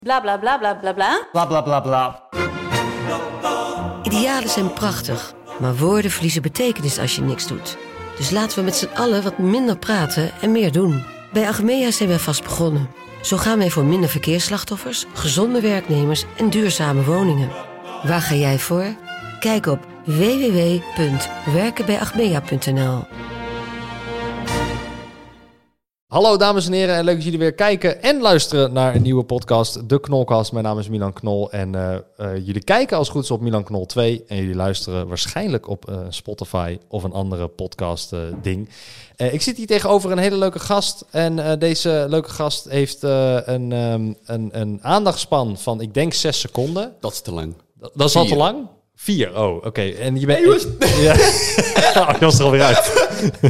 Bla bla bla bla bla bla. Bla bla bla bla. Idealen zijn prachtig, maar woorden verliezen betekenis als je niks doet. Dus laten we met z'n allen wat minder praten en meer doen. Bij Achmea zijn wij vast begonnen. Zo gaan wij voor minder verkeersslachtoffers, gezonde werknemers en duurzame woningen. Waar ga jij voor? Kijk op www.werkenbijachmea.nl. Hallo dames en heren en leuk dat jullie weer kijken en luisteren naar een nieuwe podcast, De Knolcast. Mijn naam is Milan Knol en jullie kijken als het goed is op Milan Knol 2 en jullie luisteren waarschijnlijk op Spotify of een andere podcast ding. Ik zit hier tegenover een hele leuke gast en deze leuke gast heeft een aandachtspan van ik denk 6 seconden. Dat is te lang. Dat is al te lang? 4, oh, oké. En je bent... Ja. Je was er alweer uit.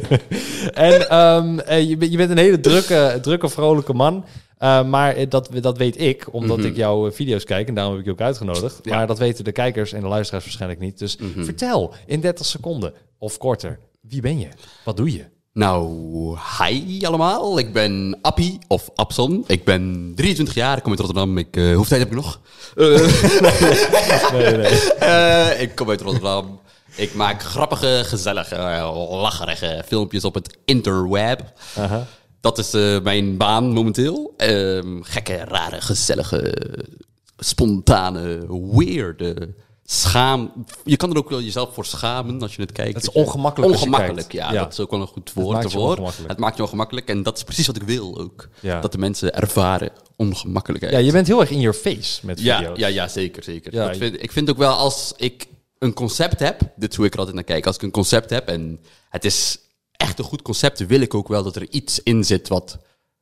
En je bent een hele drukke, vrolijke man. Maar dat weet ik, omdat ik jouw video's kijk. En daarom heb ik je ook uitgenodigd. Ja. Maar dat weten de kijkers en de luisteraars waarschijnlijk niet. Dus vertel in 30 seconden of korter. Wie ben je? Wat doe je? Nou, hi allemaal. Ik ben Appie of Abson. Ik ben 23 jaar, ik kom uit Rotterdam. Hoeveel tijd heb ik nog? Nee. Ik kom uit Rotterdam. Ik maak grappige, gezellige, lacherige filmpjes op het interweb. Uh-huh. Dat is mijn baan momenteel. Gekke, rare, gezellige, spontane, weirde... Je kan er ook wel jezelf voor schamen als je het kijkt. Het is ongemakkelijk. Ongemakkelijk, ja. Dat is ook wel een goed woord ervoor. Het maakt je ongemakkelijk. En dat is precies wat ik wil ook. Ja. Dat de mensen ervaren ongemakkelijkheid. Ja, je bent heel erg in your face met video's. Ja, zeker. Ja, ik vind ook wel als ik een concept heb... Dit is hoe ik er altijd naar kijk. Als ik een concept heb en het is echt een goed concept... wil ik ook wel dat er iets in zit wat...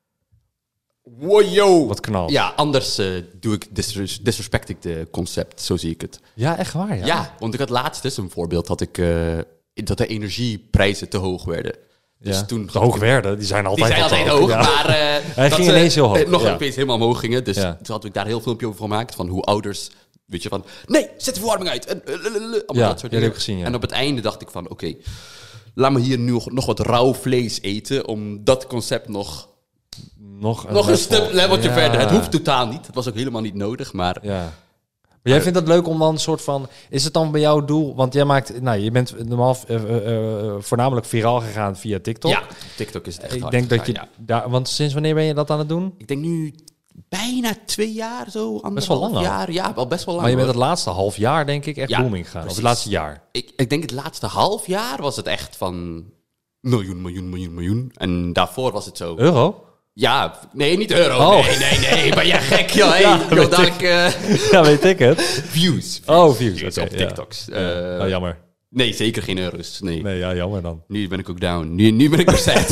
Wow, wat knalt. Ja, anders doe ik disrespect ik de concept, zo zie ik het. Ja, echt waar, ja. Ja, want ik had laatst dus een voorbeeld dat de energieprijzen te hoog werden. Dus ja. toen te hoog werden, die zijn altijd hoog. Ja. Maar hij ging ineens heel hoog. Nog opeens helemaal omhoog gingen. Dus toen had ik daar een heel filmpje over gemaakt van hoe ouders, weet je, van nee, zet de verwarming uit. Dat soort dingen. Dat heb ik gezien, ja. En op het einde dacht ik van oké, laat me hier nu nog wat rauw vlees eten om dat concept nog een leveltje verder. Het hoeft totaal niet. Het was ook helemaal niet nodig, maar... Ja. Maar jij vindt het leuk om dan een soort van... Is het dan bij jouw doel... Want jij maakt... Nou, je bent normaal voornamelijk viraal gegaan via TikTok. Ja, TikTok is echt Ik denk dat je daar... Want sinds wanneer ben je dat aan het doen? Ik denk nu bijna 2 jaar zo. Best wel lang al. Jaar. Ja, al best wel lang. Maar je bent het laatste half jaar, denk ik, echt booming gegaan. Of het laatste jaar. Ik denk het laatste half jaar was het echt van... Miljoen. En daarvoor was het zo... Euro? Ja, nee, niet euro. Oh. Nee, ben jij gek, joh. Hey, ja, weet ik het. Views. Oh, views. Op TikToks. Jammer. Nee, zeker geen euro's. Nee, ja, jammer dan. Nu ben ik ook down. Nu ben ik reset.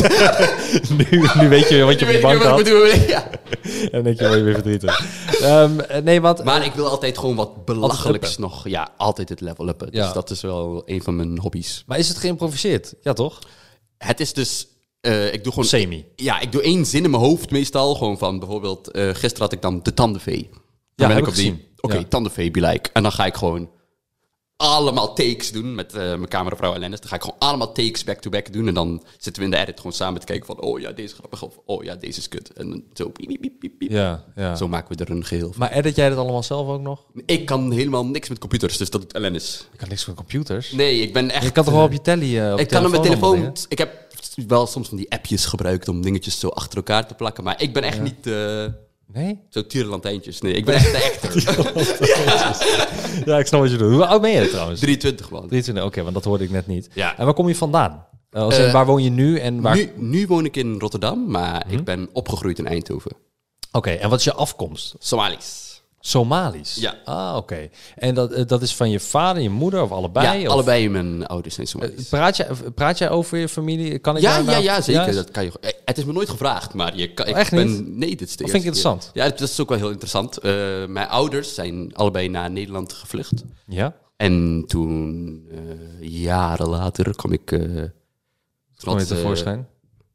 nu weet je wat je op de bank had. Ja. En denk je, word je weer verdrietig. Maar ik wil altijd gewoon wat belachelijks nog. Ja, altijd het level uppen. Dus dat is wel een van mijn hobby's. Maar is het geïmproviseerd? Ja, toch? Het is dus... ik doe gewoon... Semi. Ja, ik doe 1 zin in mijn hoofd meestal. Gewoon van bijvoorbeeld... gisteren had ik dan de tandenvee. Dan ben ik op die... Oké, tandenvee be like. En dan ga ik gewoon allemaal takes doen met mijn cameravrouw Lennis. Dan ga ik gewoon allemaal takes back-to-back doen. En dan zitten we in de edit gewoon samen te kijken van... Oh ja, deze is grappig. Of oh ja, deze is kut. En zo piep. Ja. Zo maken we er een geheel van. Maar edit jij dat allemaal zelf ook nog? Ik kan helemaal niks met computers. Dus dat doet Lennis. Je kan niks met computers? Nee, ik ben echt... Je kan toch wel op je telly... ik kan op mijn telefoon... Ik heb wel soms van die appjes gebruikt om dingetjes zo achter elkaar te plakken. Maar ik ben echt niet... Nee? Zo tierenlantijntjes. Nee, ik ben echt de echte. Ja, ik snap wat je doet. Hoe oud ben je trouwens? 23, man. 23, oké, want dat hoorde ik net niet. Ja. En waar kom je vandaan? Waar woon je nu? En waar... Nu woon ik in Rotterdam, maar ik ben opgegroeid in Eindhoven. Oké, en wat is je afkomst? Somalisch? Ja. Ah, oké. En dat is van je vader, je moeder of allebei? Ja, allebei mijn ouders zijn Somalisch. Praat jij over je familie? Kan ik ja, zeker. Ja? Dat kan je. Het is me nooit gevraagd, maar echt niet? Nee, dit is de dat vind ik interessant. Ja, dat is ook wel heel interessant. Mijn ouders zijn allebei naar Nederland gevlucht. Ja. En toen, jaren later, kwam ik... Kom je tevoorschijn?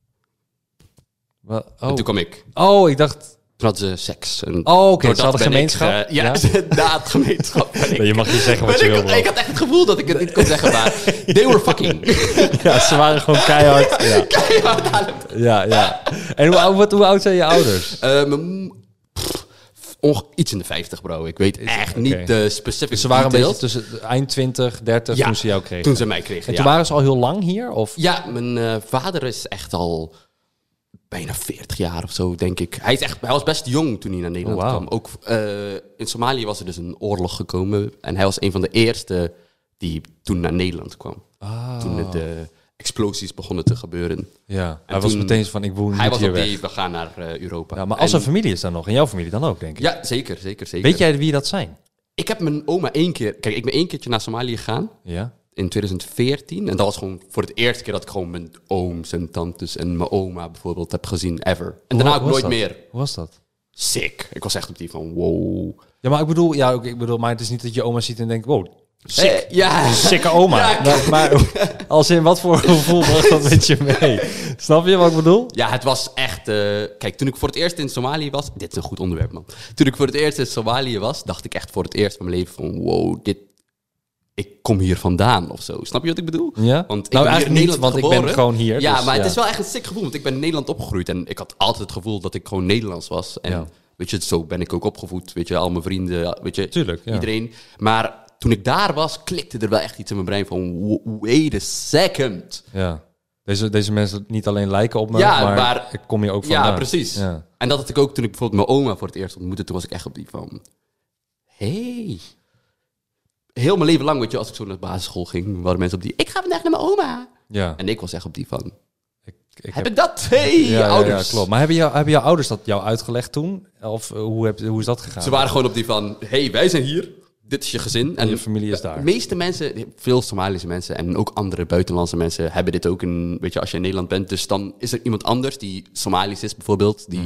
En toen kwam ik. Oh, ik dacht... Toen hadden ze seks. Oké, ze hadden gemeenschap? Ja, na het gemeenschap. Je mag niet zeggen wat je wil. Ik had echt het gevoel dat ik het niet kon zeggen, maar they were fucking. Ja, ze waren gewoon keihard. Ja. Keihard aan het... Ja. En hoe oud zijn je ouders? Iets in de 50, bro. Ik weet echt niet de specifieke Dus ze waren details. een beetje tussen eind 20, 30 toen ze jou kregen. Toen ze mij kregen, En toen waren ze al heel lang hier? Of? Ja, mijn vader is echt al bijna 40 jaar of zo, denk ik. Hij was best jong toen hij naar Nederland kwam. Ook in Somalië was er dus een oorlog gekomen. En hij was een van de eerste die toen naar Nederland kwam. Toen de explosies begonnen te gebeuren. Ja, hij was meteen van, ik woon niet hier weg. We gaan naar Europa. Ja, maar als zijn familie is dan nog. En jouw familie dan ook, denk ik. Ja, zeker. Weet jij wie dat zijn? Ik heb mijn oma ik ben 1 keertje naar Somalië gegaan. Ja. In 2014. En dat was gewoon voor het eerste keer dat ik gewoon mijn ooms en tantes en mijn oma bijvoorbeeld heb gezien, ever. En daarna ook nooit meer. Hoe was dat? Sick. Ik was echt op die van, wow. Ja, maar ik bedoel, maar het is niet dat je oma ziet en denkt, wow, sick. Ja. Sikke oma. Ja. Maar als in wat voor gevoel bracht dat met je mee? Snap je wat ik bedoel? Ja, het was echt... kijk, toen ik voor het eerst in Somalië was... Dit is een goed onderwerp, man. Toen ik voor het eerst in Somalië was, dacht ik echt voor het eerst van mijn leven van, wow, ik kom hier vandaan of zo. Snap je wat ik bedoel? Ja? Want ik nou, ben eigenlijk hier in niet, Nederland want geboren. ik ben gewoon hier. Ja, dus, maar het is wel echt een sick gevoel, want ik ben in Nederland opgegroeid en ik had altijd het gevoel dat ik gewoon Nederlands was. En weet je, zo ben ik ook opgevoed. Weet je, al mijn vrienden, weet je, tuurlijk, iedereen. Maar toen ik daar was, klikte er wel echt iets in mijn brein van, wait a second. Ja. Deze mensen niet alleen lijken op me, maar ik kom hier ook vandaan. Ja, precies. Ja. En dat had ik ook toen ik bijvoorbeeld mijn oma voor het eerst ontmoette. Toen was ik echt op die van, hey. Heel mijn leven lang, weet je, als ik zo naar de basisschool ging, waren mensen op die, ik ga vandaag naar mijn oma. Ja. En ik was echt op die van, ik heb dat? Hey, ouders. Ja, klopt. Maar hebben jouw ouders dat jou uitgelegd toen? Of hoe is dat gegaan? Ze waren gewoon op die van, hey, wij zijn hier. Dit is je gezin. En je familie is daar. De meeste mensen, veel Somalische mensen en ook andere buitenlandse mensen hebben dit ook in, weet je, als je in Nederland bent. Dus dan is er iemand anders die Somalisch is bijvoorbeeld, die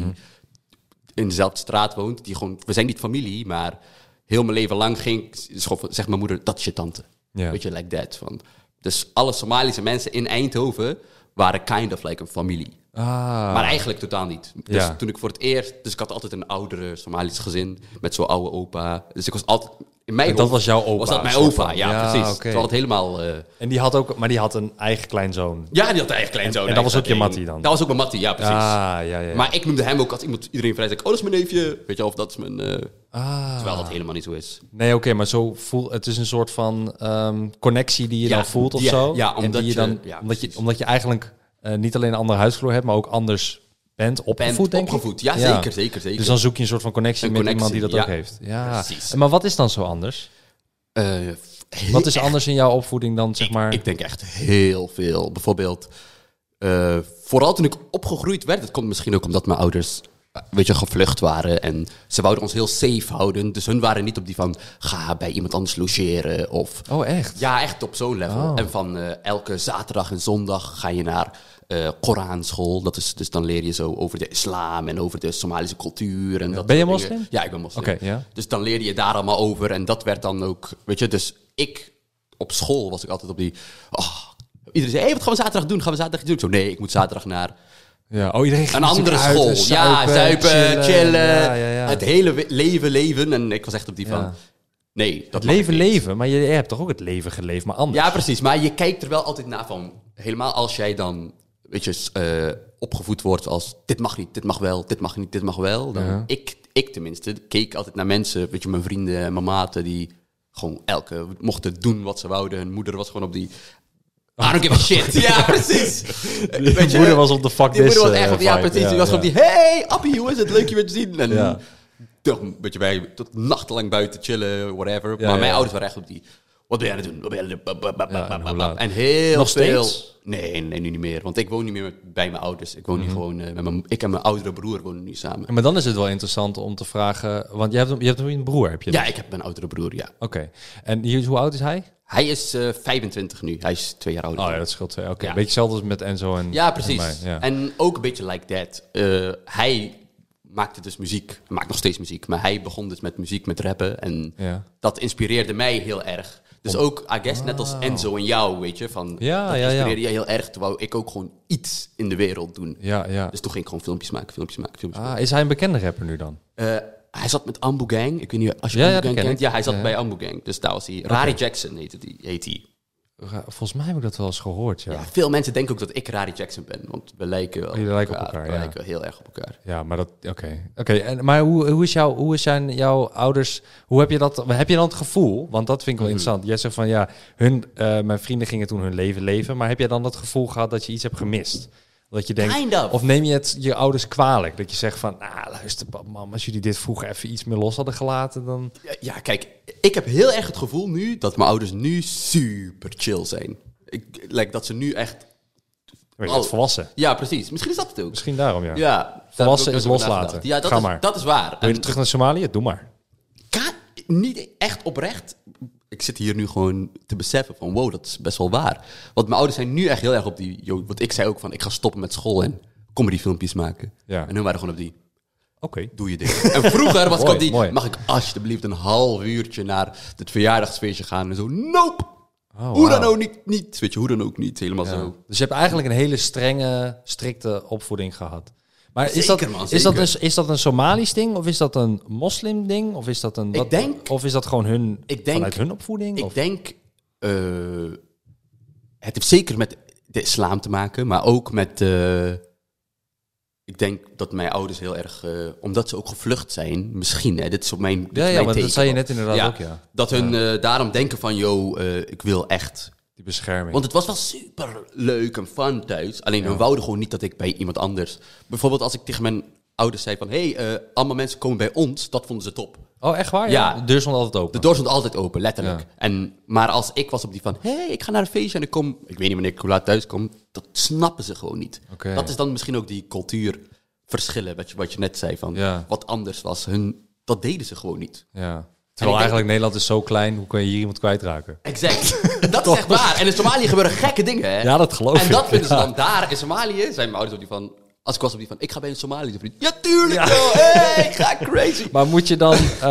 in dezelfde straat woont. Die gewoon, we zijn niet familie, maar heel mijn leven lang zegt mijn moeder, dat is je tante. Ja. Weet je, like that. Van. Dus alle Somalische mensen in Eindhoven waren kind of like een familie. Maar eigenlijk totaal niet. Dus toen ik voor het eerst... Dus ik had altijd een oudere Somalisch gezin met zo'n oude opa. Dus ik was altijd... Dat was jouw opa? Was dat mijn opa, ja, precies. Okay. Terwijl het helemaal... En die had een eigen kleinzoon? Ja, die had een eigen kleinzoon. En dat was ook je mattie dan? Dat was ook mijn mattie, ja, precies. Ja. Maar ik noemde hem ook als iedereen vrij zei, oh, dat is mijn neefje. Weet je, of dat is mijn... Terwijl dat helemaal niet zo is. Nee, oké, maar het is een soort van connectie die je dan voelt of zo. Ja, omdat je eigenlijk niet alleen een andere huisvloer hebt, maar ook anders bent opgevoed, denk ik. Ja, zeker. Dus dan zoek je een soort van connectie met iemand die dat ook heeft. Ja, precies. Maar wat is dan zo anders? Wat is anders in jouw opvoeding dan, zeg maar... Ik denk echt heel veel. Bijvoorbeeld, vooral toen ik opgegroeid werd, dat komt misschien ook omdat mijn ouders, weet je, gevlucht waren en ze wouden ons heel safe houden. Dus hun waren niet op die van, ga bij iemand anders logeren of... Oh, echt? Ja, echt op zo'n level. En van elke zaterdag en zondag ga je naar Koranschool. Dat is, dus dan leer je zo over de islam en over de Somalische cultuur. En dat ben je soort moslim? dingen. Ja, ik ben moslim. Okay, ja. Dus dan leer je daar allemaal over en dat werd dan ook, weet je, dus op school was ik altijd op die, iedereen zei, hey, wat gaan we zaterdag doen? Gaan we zaterdag doen? Ik zo, nee, ik moet zaterdag naar iedereen een andere school. Zuipen, chillen. Het hele leven. En ik was echt op die van, nee. Dat leven, maar je hebt toch ook het leven geleefd, maar anders. Ja, precies. Maar je kijkt er wel altijd naar van, helemaal als jij dan, weet je, opgevoed wordt als, dit mag niet, dit mag wel, dit mag niet, dit mag wel. Dan ik tenminste, keek altijd naar mensen, weet je, mijn vrienden en mijn maten, die gewoon mochten doen wat ze wouden. Hun moeder was gewoon op die... I don't give a shit. Ja, precies. Je moeder was op de fuck die this moeder was echt op, ja, precies. Ja, die was op die, hey, appie, hoe is het? Leuk je weer te zien. En toch een beetje wij tot nachtenlang buiten chillen, whatever. Maar mijn ouders waren echt op die, wat ben jij aan het doen? Wat ben jij aan het doen? En heel nog veel... Steeds? Nee, nu niet meer. Want ik woon niet meer bij mijn ouders. Ik woon nu gewoon... ik en mijn oudere broer wonen nu samen. Maar dan is het wel interessant om te vragen... Want je hebt een broer, heb je? Ja, ik heb een oudere broer, ja. Oké. En hoe oud is hij? Hij is 25 nu. Hij is 2 jaar ouder. Oh ja, dat scheelt 2. Oké. Beetje hetzelfde als met Enzo en... Ja, precies. En, mij, en ook een beetje like that. Hij maakte dus muziek. Hij maakt nog steeds muziek. Maar hij begon dus met muziek, met rappen. En dat inspireerde mij heel erg. Dus ook, I guess, net als Enzo en jou, weet je. Van, dat inspireerde jij heel erg. Terwijl ik ook gewoon iets in de wereld doen. Ja. Dus toen ging ik gewoon filmpjes maken. Is hij een bekende rapper nu dan? Hij zat met Ambu Gang. Ik weet niet als je Ambu Gang kent. Ja, hij zat bij Ambu Gang. Dus daar was hij. Rari Jackson heet hij. Volgens mij heb ik dat wel eens gehoord, ja. Ja, veel mensen denken ook dat ik Rari Jackson ben. Want we lijken wel Jullie lijken op elkaar, we ja. lijken heel erg op elkaar. Ja, maar dat... Oké. Maar hoe zijn jouw ouders... Heb je dan het gevoel... Want dat vind ik wel interessant. Jij zegt van, ja, mijn vrienden gingen toen hun leven. Maar heb jij dan dat gevoel gehad dat je iets hebt gemist? Dat je denkt... Kind of. Of neem je het je ouders kwalijk? Dat je zegt van, luister, pap, mam, als jullie dit vroeger even iets meer los hadden gelaten, dan... Ja, kijk, ik heb heel erg het gevoel nu dat mijn ouders nu super chill zijn. Dat ze nu echt... Weet je, het volwassen. Ja, precies. Misschien is dat het ook. Misschien daarom, ja. Ja, Volwassen daar is heb ik ook loslaten. nagedacht. Ja, Ga maar. dat is waar. Wil je terug naar Somalië? Doe maar. Niet echt oprecht. Ik zit hier nu gewoon te beseffen van, wow, dat is best wel waar. Want mijn ouders zijn nu echt heel erg op die... Want ik zei ook van, ik ga stoppen met school en comedyfilmpjes maken. Ja. En hun waren gewoon op die... Oké. Doe je ding. En vroeger was ik op die... mooi. Mag ik alsjeblieft een half uurtje naar het verjaardagsfeestje gaan? En zo, nope! Oh, Hoe dan wauw. ook niet. Weet je, hoe dan ook niet. Helemaal Ja. zo. Dus je hebt eigenlijk een hele strikte opvoeding gehad. Maar Zeker, man, zeker. Is dat een Somalisch ding? Of is dat een moslim ding? Of is dat of is dat gewoon vanuit hun opvoeding? Ik denk... het heeft zeker met de islam te maken. Maar ook met... ik denk dat mijn ouders heel erg... omdat ze ook gevlucht zijn. Misschien, hè. Dit is op mijn Ja, mijn maar dat take zei je wel. net inderdaad ook, ja. Dat hun daarom denken van... ik wil echt... Die bescherming. Want het was wel super leuk en fun thuis. Alleen hun wouden gewoon niet dat ik bij iemand anders... Bijvoorbeeld als ik tegen mijn ouders zei van... allemaal mensen komen bij ons. Dat vonden ze top. Oh, echt waar? Ja. De deur stond altijd open. De deur stond altijd open, letterlijk. Ja. Maar als ik was op die van... ik ga naar een feestje en ik kom... Ik weet niet wanneer ik hoe laat thuis kom. Dat snappen ze gewoon niet. Oké. Dat is dan misschien ook die cultuurverschillen... wat je net zei van... Ja. Wat anders was. Dat deden ze gewoon niet. Ja. Terwijl eigenlijk Nederland is zo klein, hoe kan je hier iemand kwijtraken? Exact. Dat is echt waar. En in Somalië gebeuren gekke dingen, hè? Ja, dat geloof ik. En dat vinden ze Ja. dan daar in Somalië. Zijn mijn ouders op die van... Als ik was op die van... Ik ga bij een Somalische vriend. Ja, tuurlijk wel. Hey, ik ga crazy. Maar moet je dan...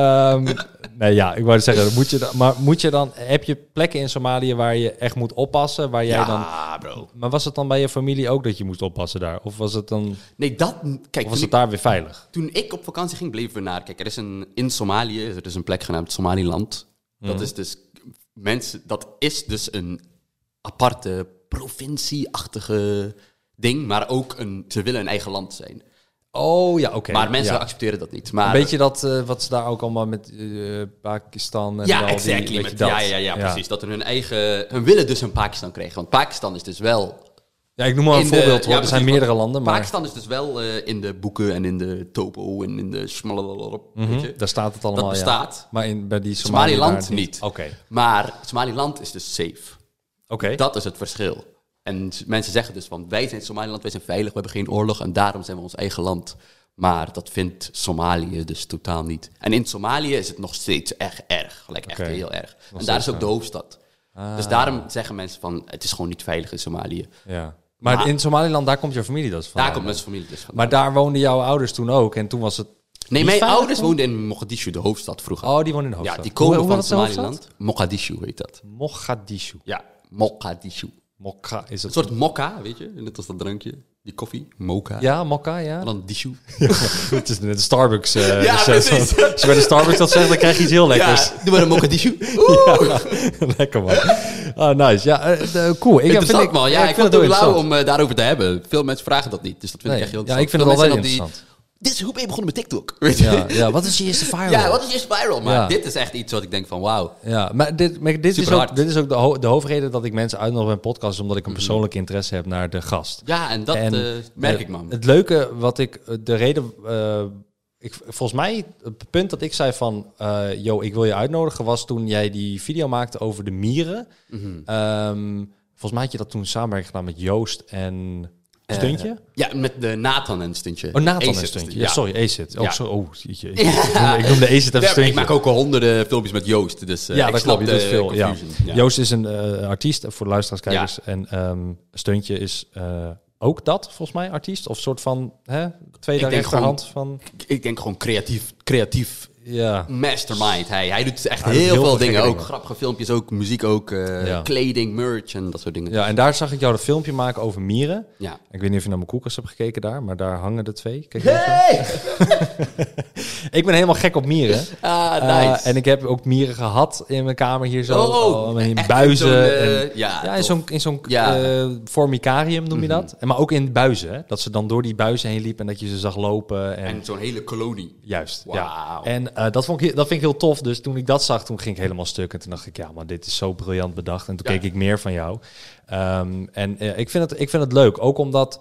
ik wou zeggen, moet je dan... Heb je plekken in Somalië waar je echt moet oppassen? Waar jij dan... bro. Maar was het dan bij je familie ook dat je moest oppassen daar? Of was het dan... Nee, kijk, Of was het daar weer veilig? toen ik op vakantie ging, bleven we naar... Kijk, in Somalië er is een plek genaamd Somaliland. Dat is dus... dat is dus een aparte provincie-achtige ding. Maar ook ze willen een eigen land zijn. Oh, ja, oké. Maar mensen Ja. accepteren dat niet. Maar, Een beetje dat wat ze daar ook allemaal met Pakistan en ja, al die- exactly. weet je dat? Ja, precies. Dat hun willen dus een Pakistan krijgen. Want Pakistan is dus wel... Ja, ik noem maar een voorbeeld hoor. Er zijn precies, meerdere want landen, maar Pakistan is dus wel in de boeken en in de topo en in de schmalalala, weet je. daar staat het allemaal. Dat ja. bestaat. Maar bij die Somaliland daar niet. Oké. Maar Somaliland is dus safe. Oké. Dat is het verschil. En mensen zeggen dus van, wij zijn Somaliland, wij zijn veilig, we hebben geen oorlog en daarom zijn we ons eigen land. Maar dat vindt Somalië dus totaal niet. En in Somalië is het nog steeds echt erg. Echt heel erg. En daar is ook de hoofdstad. Dus daarom zeggen mensen van, het is gewoon niet veilig in Somalië. Ja. Maar in Somaliland, daar komt je familie dus van. Daar komt mijn familie dus van. Maar daar woonden jouw ouders toen ook en toen was het... Nee, niet mijn veilig ouders dan? woonden in Mogadishu, de hoofdstad vroeger. Oh, die woonden in de hoofdstad. Ja, die komen Hoe van was de hoofdstad? Somaliland. Mogadishu heet dat. Mogadishu. Ja, Mogadishu. Mokka is Een het. soort mokka, weet je? Net als dat drankje. Die koffie. Mocha. Ja, mokka, ja. En dan dishu. Het is net een Starbucks. Ja, recept. precies. Als je bij de Starbucks dat zegt, dan krijg je iets heel lekkers. Ja, doe maar een Mogadishu. Lekker man. Oh, nice. Ja, cool. Interessant, man. Ja, ik vind het ook lauw interessant. om daarover te hebben. Veel mensen vragen dat niet, dus dat vind ik echt heel Ja, interessant. ik vind het Veel wel mensen wel zijn op interessant. Dit is hoe ben je begonnen met TikTok? Weet je? Ja, wat is je eerste viral? Ja, wat is je viral? Maar Ja. dit is echt iets wat ik denk van wauw. Ja, maar dit is Super ook, hard. dit is ook de hoofdreden dat ik mensen uitnodig bij een podcast, is omdat ik een persoonlijke interesse heb naar de gast. Ja, en dat merk ik, man. Het leuke, de reden, volgens mij, het punt dat ik zei van, ik wil je uitnodigen, was toen jij die video maakte over de mieren. Volgens mij had je dat toen samenwerking gedaan met Joost en Stuntje. Ja, met de Nathan en Stuntje. Oh, Nathan Acid en Stuntje. Ja. Ja, sorry, Acid. Oh, Ja. jeetje. Ik noemde Acid even Ja, Stuntje. ik maak ook al honderden filmpjes met Joost, dus Ja, ik dat snap klopt. Je doet veel. Ja. confusion. Ja. Joost is een artiest voor de luisteraars, kijkers. En Stuntje is ook dat, volgens mij, artiest. Of soort van tweede Ik denk rechterhand van... Ik denk gewoon creatief Ja. mastermind. Hij doet echt Hij doet heel heel veel veel dingen. gekke Ook dingen. grappige filmpjes, ook muziek, ook kleding, merch en dat soort dingen. Ja, en daar zag ik jou dat filmpje maken over mieren. Ja. Ik weet niet of je naar mijn koelkast hebt gekeken daar, maar daar hangen de twee. Kijk Hey! Ik ben helemaal gek op mieren. Nice. En ik heb ook mieren gehad in mijn kamer hier zo. In echt buizen. in zo'n, formicarium noem je dat. Maar ook in buizen. Hè? Dat ze dan door die buizen heen liepen en dat je ze zag lopen. En zo'n hele kolonie. Juist, Wow. ja. En dat vind ik heel tof. Dus toen ik dat zag, toen ging ik helemaal stuk. En toen dacht ik, ja, maar dit is zo briljant bedacht. En toen keek ik meer van jou. Ik vind het leuk. Ook omdat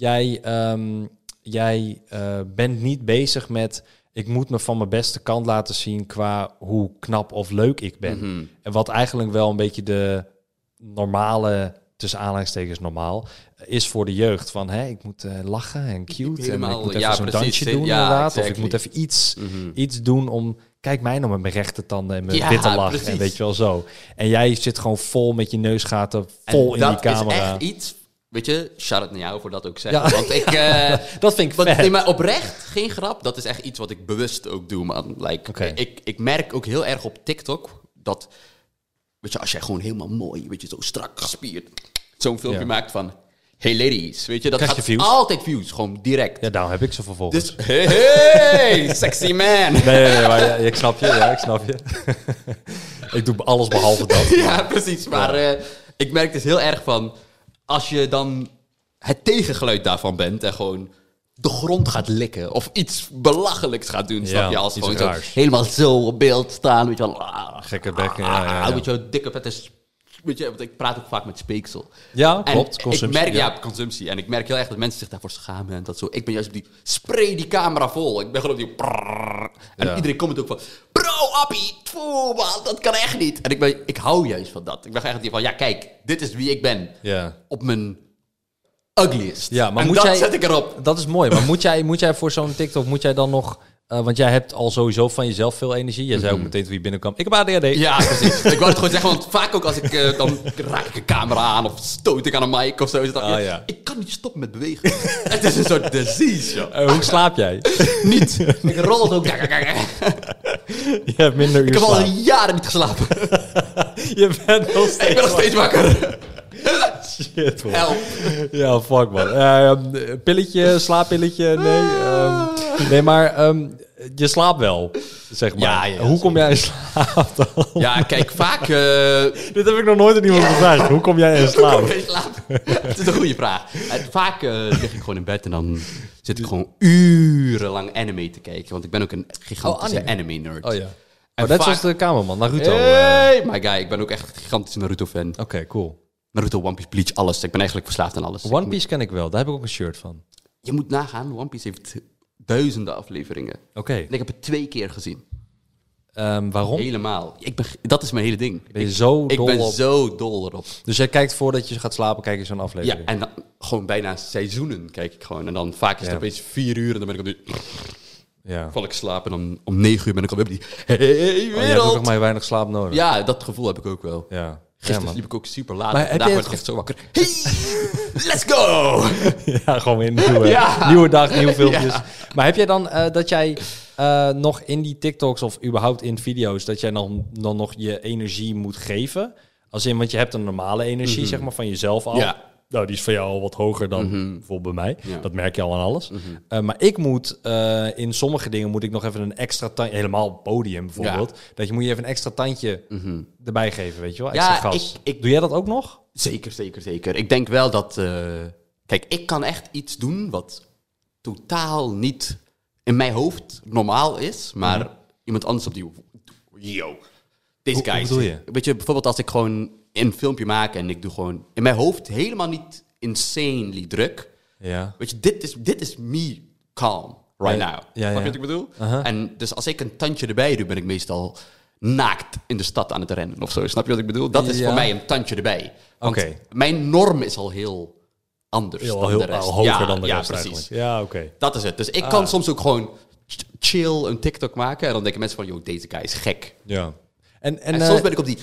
jij bent niet bezig met... ik moet me van mijn beste kant laten zien qua hoe knap of leuk ik ben. Mm-hmm. En wat eigenlijk wel een beetje de normale, tussen aanhalingstekens normaal, is voor de jeugd. Van, ik moet lachen en cute. Helemaal, en ik moet even zo'n dansje doen inderdaad. Exactly. Of ik moet even iets doen om... Kijk mij nou met mijn rechte tanden en mijn witte lach. Precies. En weet je wel zo. En jij zit gewoon vol met je neusgaten vol in die camera. Dat is echt iets... Weet je, shout-out naar jou voor dat ook zeggen. Ja. Want ik... dat vind ik vet. Nee, maar oprecht, geen grap. Dat is echt iets wat ik bewust ook doe, man. Ik merk ook heel erg op TikTok dat... Weet je, als jij gewoon helemaal mooi, weet je, zo strak gespierd... zo'n filmpje maakt van... Hey ladies, weet je, dat gaat views. Altijd views, gewoon direct. Ja, daarom heb ik ze vervolgens. Dus, hey, sexy man. Nee, maar ik snap je. Ja, ik snap je. Ik doe alles behalve dat. Ja, precies. Maar ik merk dus heel erg van... Als je dan het tegengeluid daarvan bent en gewoon de grond gaat likken of iets belachelijks gaat doen, snap je? Als gewoon zo helemaal zo op beeld staan, weet je wel. Gekke bekken, Weet je wel, dikke vette... Weet je, want ik praat ook vaak met speeksel. Ja, klopt. Consumptie. Ik merk, consumptie. En ik merk heel erg dat mensen zich daarvoor schamen en dat zo. Ik ben juist op die... Spray die camera vol. Ik ben gewoon op die... En iedereen komt ook van... Bro, appie, man, dat kan echt niet. En ik hou juist van dat. Ik ben echt van... Ja, kijk, dit is wie ik ben. Ja. Op mijn ugliest. Ja, maar en dat zet ik erop. Dat is mooi. Maar moet jij voor zo'n TikTok... Moet jij dan nog... want jij hebt al sowieso van jezelf veel energie. Jij zei ook meteen toen je binnenkwam... Ik heb ADHD. Ja, precies. Ik wou het gewoon zeggen, want vaak ook als ik... dan raak ik een camera aan of stoot ik aan een mic of zo. Ik kan niet stoppen met bewegen. Het is een soort disease, joh. Hoe slaap jij? Niet. Ik rol zo. Je hebt minder uur Ik heb slaap. al jaren niet geslapen. Je bent nog steeds Ik ben nog steeds wakker. Shit, man. Help. Ja, fuck, man. Pilletje, slaappilletje, nee. Nee, maar je slaapt wel, zeg maar. Ja, hoe kom jij in slaap dan? Ja, kijk, vaak... Dit heb ik nog nooit aan iemand gevraagd. Hoe kom jij in slaap? Hoe kom jij in slaap? Het is een goede vraag. Vaak lig ik gewoon in bed en dan zit ik gewoon urenlang anime te kijken. Want ik ben ook een gigantische anime-nerd. Oh ja. En net zoals de kamerman, Naruto. Hey, my guy. Ik ben ook echt een gigantische Naruto-fan. Oké, cool. Naruto, One Piece, Bleach, alles. Ik ben eigenlijk verslaafd aan alles. One Piece ken ik wel. Daar heb ik ook een shirt van. Je moet nagaan, One Piece heeft duizenden afleveringen. Oké. En ik heb het 2 keer gezien. Waarom? Helemaal. Dat is mijn hele ding. Ben je zo dol Ik ben op... zo dol erop. Dus jij kijkt voordat je gaat slapen, kijk je zo'n aflevering? Ja, en dan gewoon bijna seizoenen kijk ik gewoon. En dan vaak is het opeens 4 uur en dan ben ik op die... Ja. Val ik slapen en dan om 9 uur ben ik alweer op die... Hey, je hebt wereld! ook maar weinig slaap nodig. Ja, dat gevoel heb ik ook wel. Ja. Gisteren sliep ik ook super laat. Maar Vandaag word ik echt zo wakker. Hey, let's go! Ja, gewoon weer nieuwe dag, nieuwe filmpjes. Ja. Maar heb jij dan dat jij nog in die TikToks of überhaupt in video's... dat jij dan nog je energie moet geven? Als in, want je hebt een normale energie, zeg maar, van jezelf al. Ja. Nou, die is van jou al wat hoger dan bijvoorbeeld bij mij. Ja. Dat merk je al aan alles. Maar ik moet in sommige dingen moet ik nog even een extra tandje... Helemaal op podium bijvoorbeeld. Ja. Dat je moet je even een extra tandje erbij geven, weet je wel? Extra gas. Doe jij dat ook nog? Zeker. Ik denk wel dat... Kijk, ik kan echt iets doen wat totaal niet in mijn hoofd normaal is. Maar iemand anders op die... Yo, deze guy. Hoe bedoel je? Weet je, bijvoorbeeld als ik gewoon een filmpje maak en ik doe gewoon in mijn hoofd helemaal niet insanely druk. Ja. Weet je, dit is me calm right now. Ja, Snap je wat ik bedoel? En dus als ik een tandje erbij doe, ben ik meestal naakt in de stad aan het rennen of zo. Snap je wat ik bedoel? Dat is voor mij een tandje erbij. Want mijn norm is al heel anders dan de rest. Hoger dan de rest precies. Eigenlijk. Ja, oké. Dat is het. Dus ik kan soms ook gewoon chill een TikTok maken en dan denken mensen van, joh, deze guy is gek. Ja. En soms ben ik op die...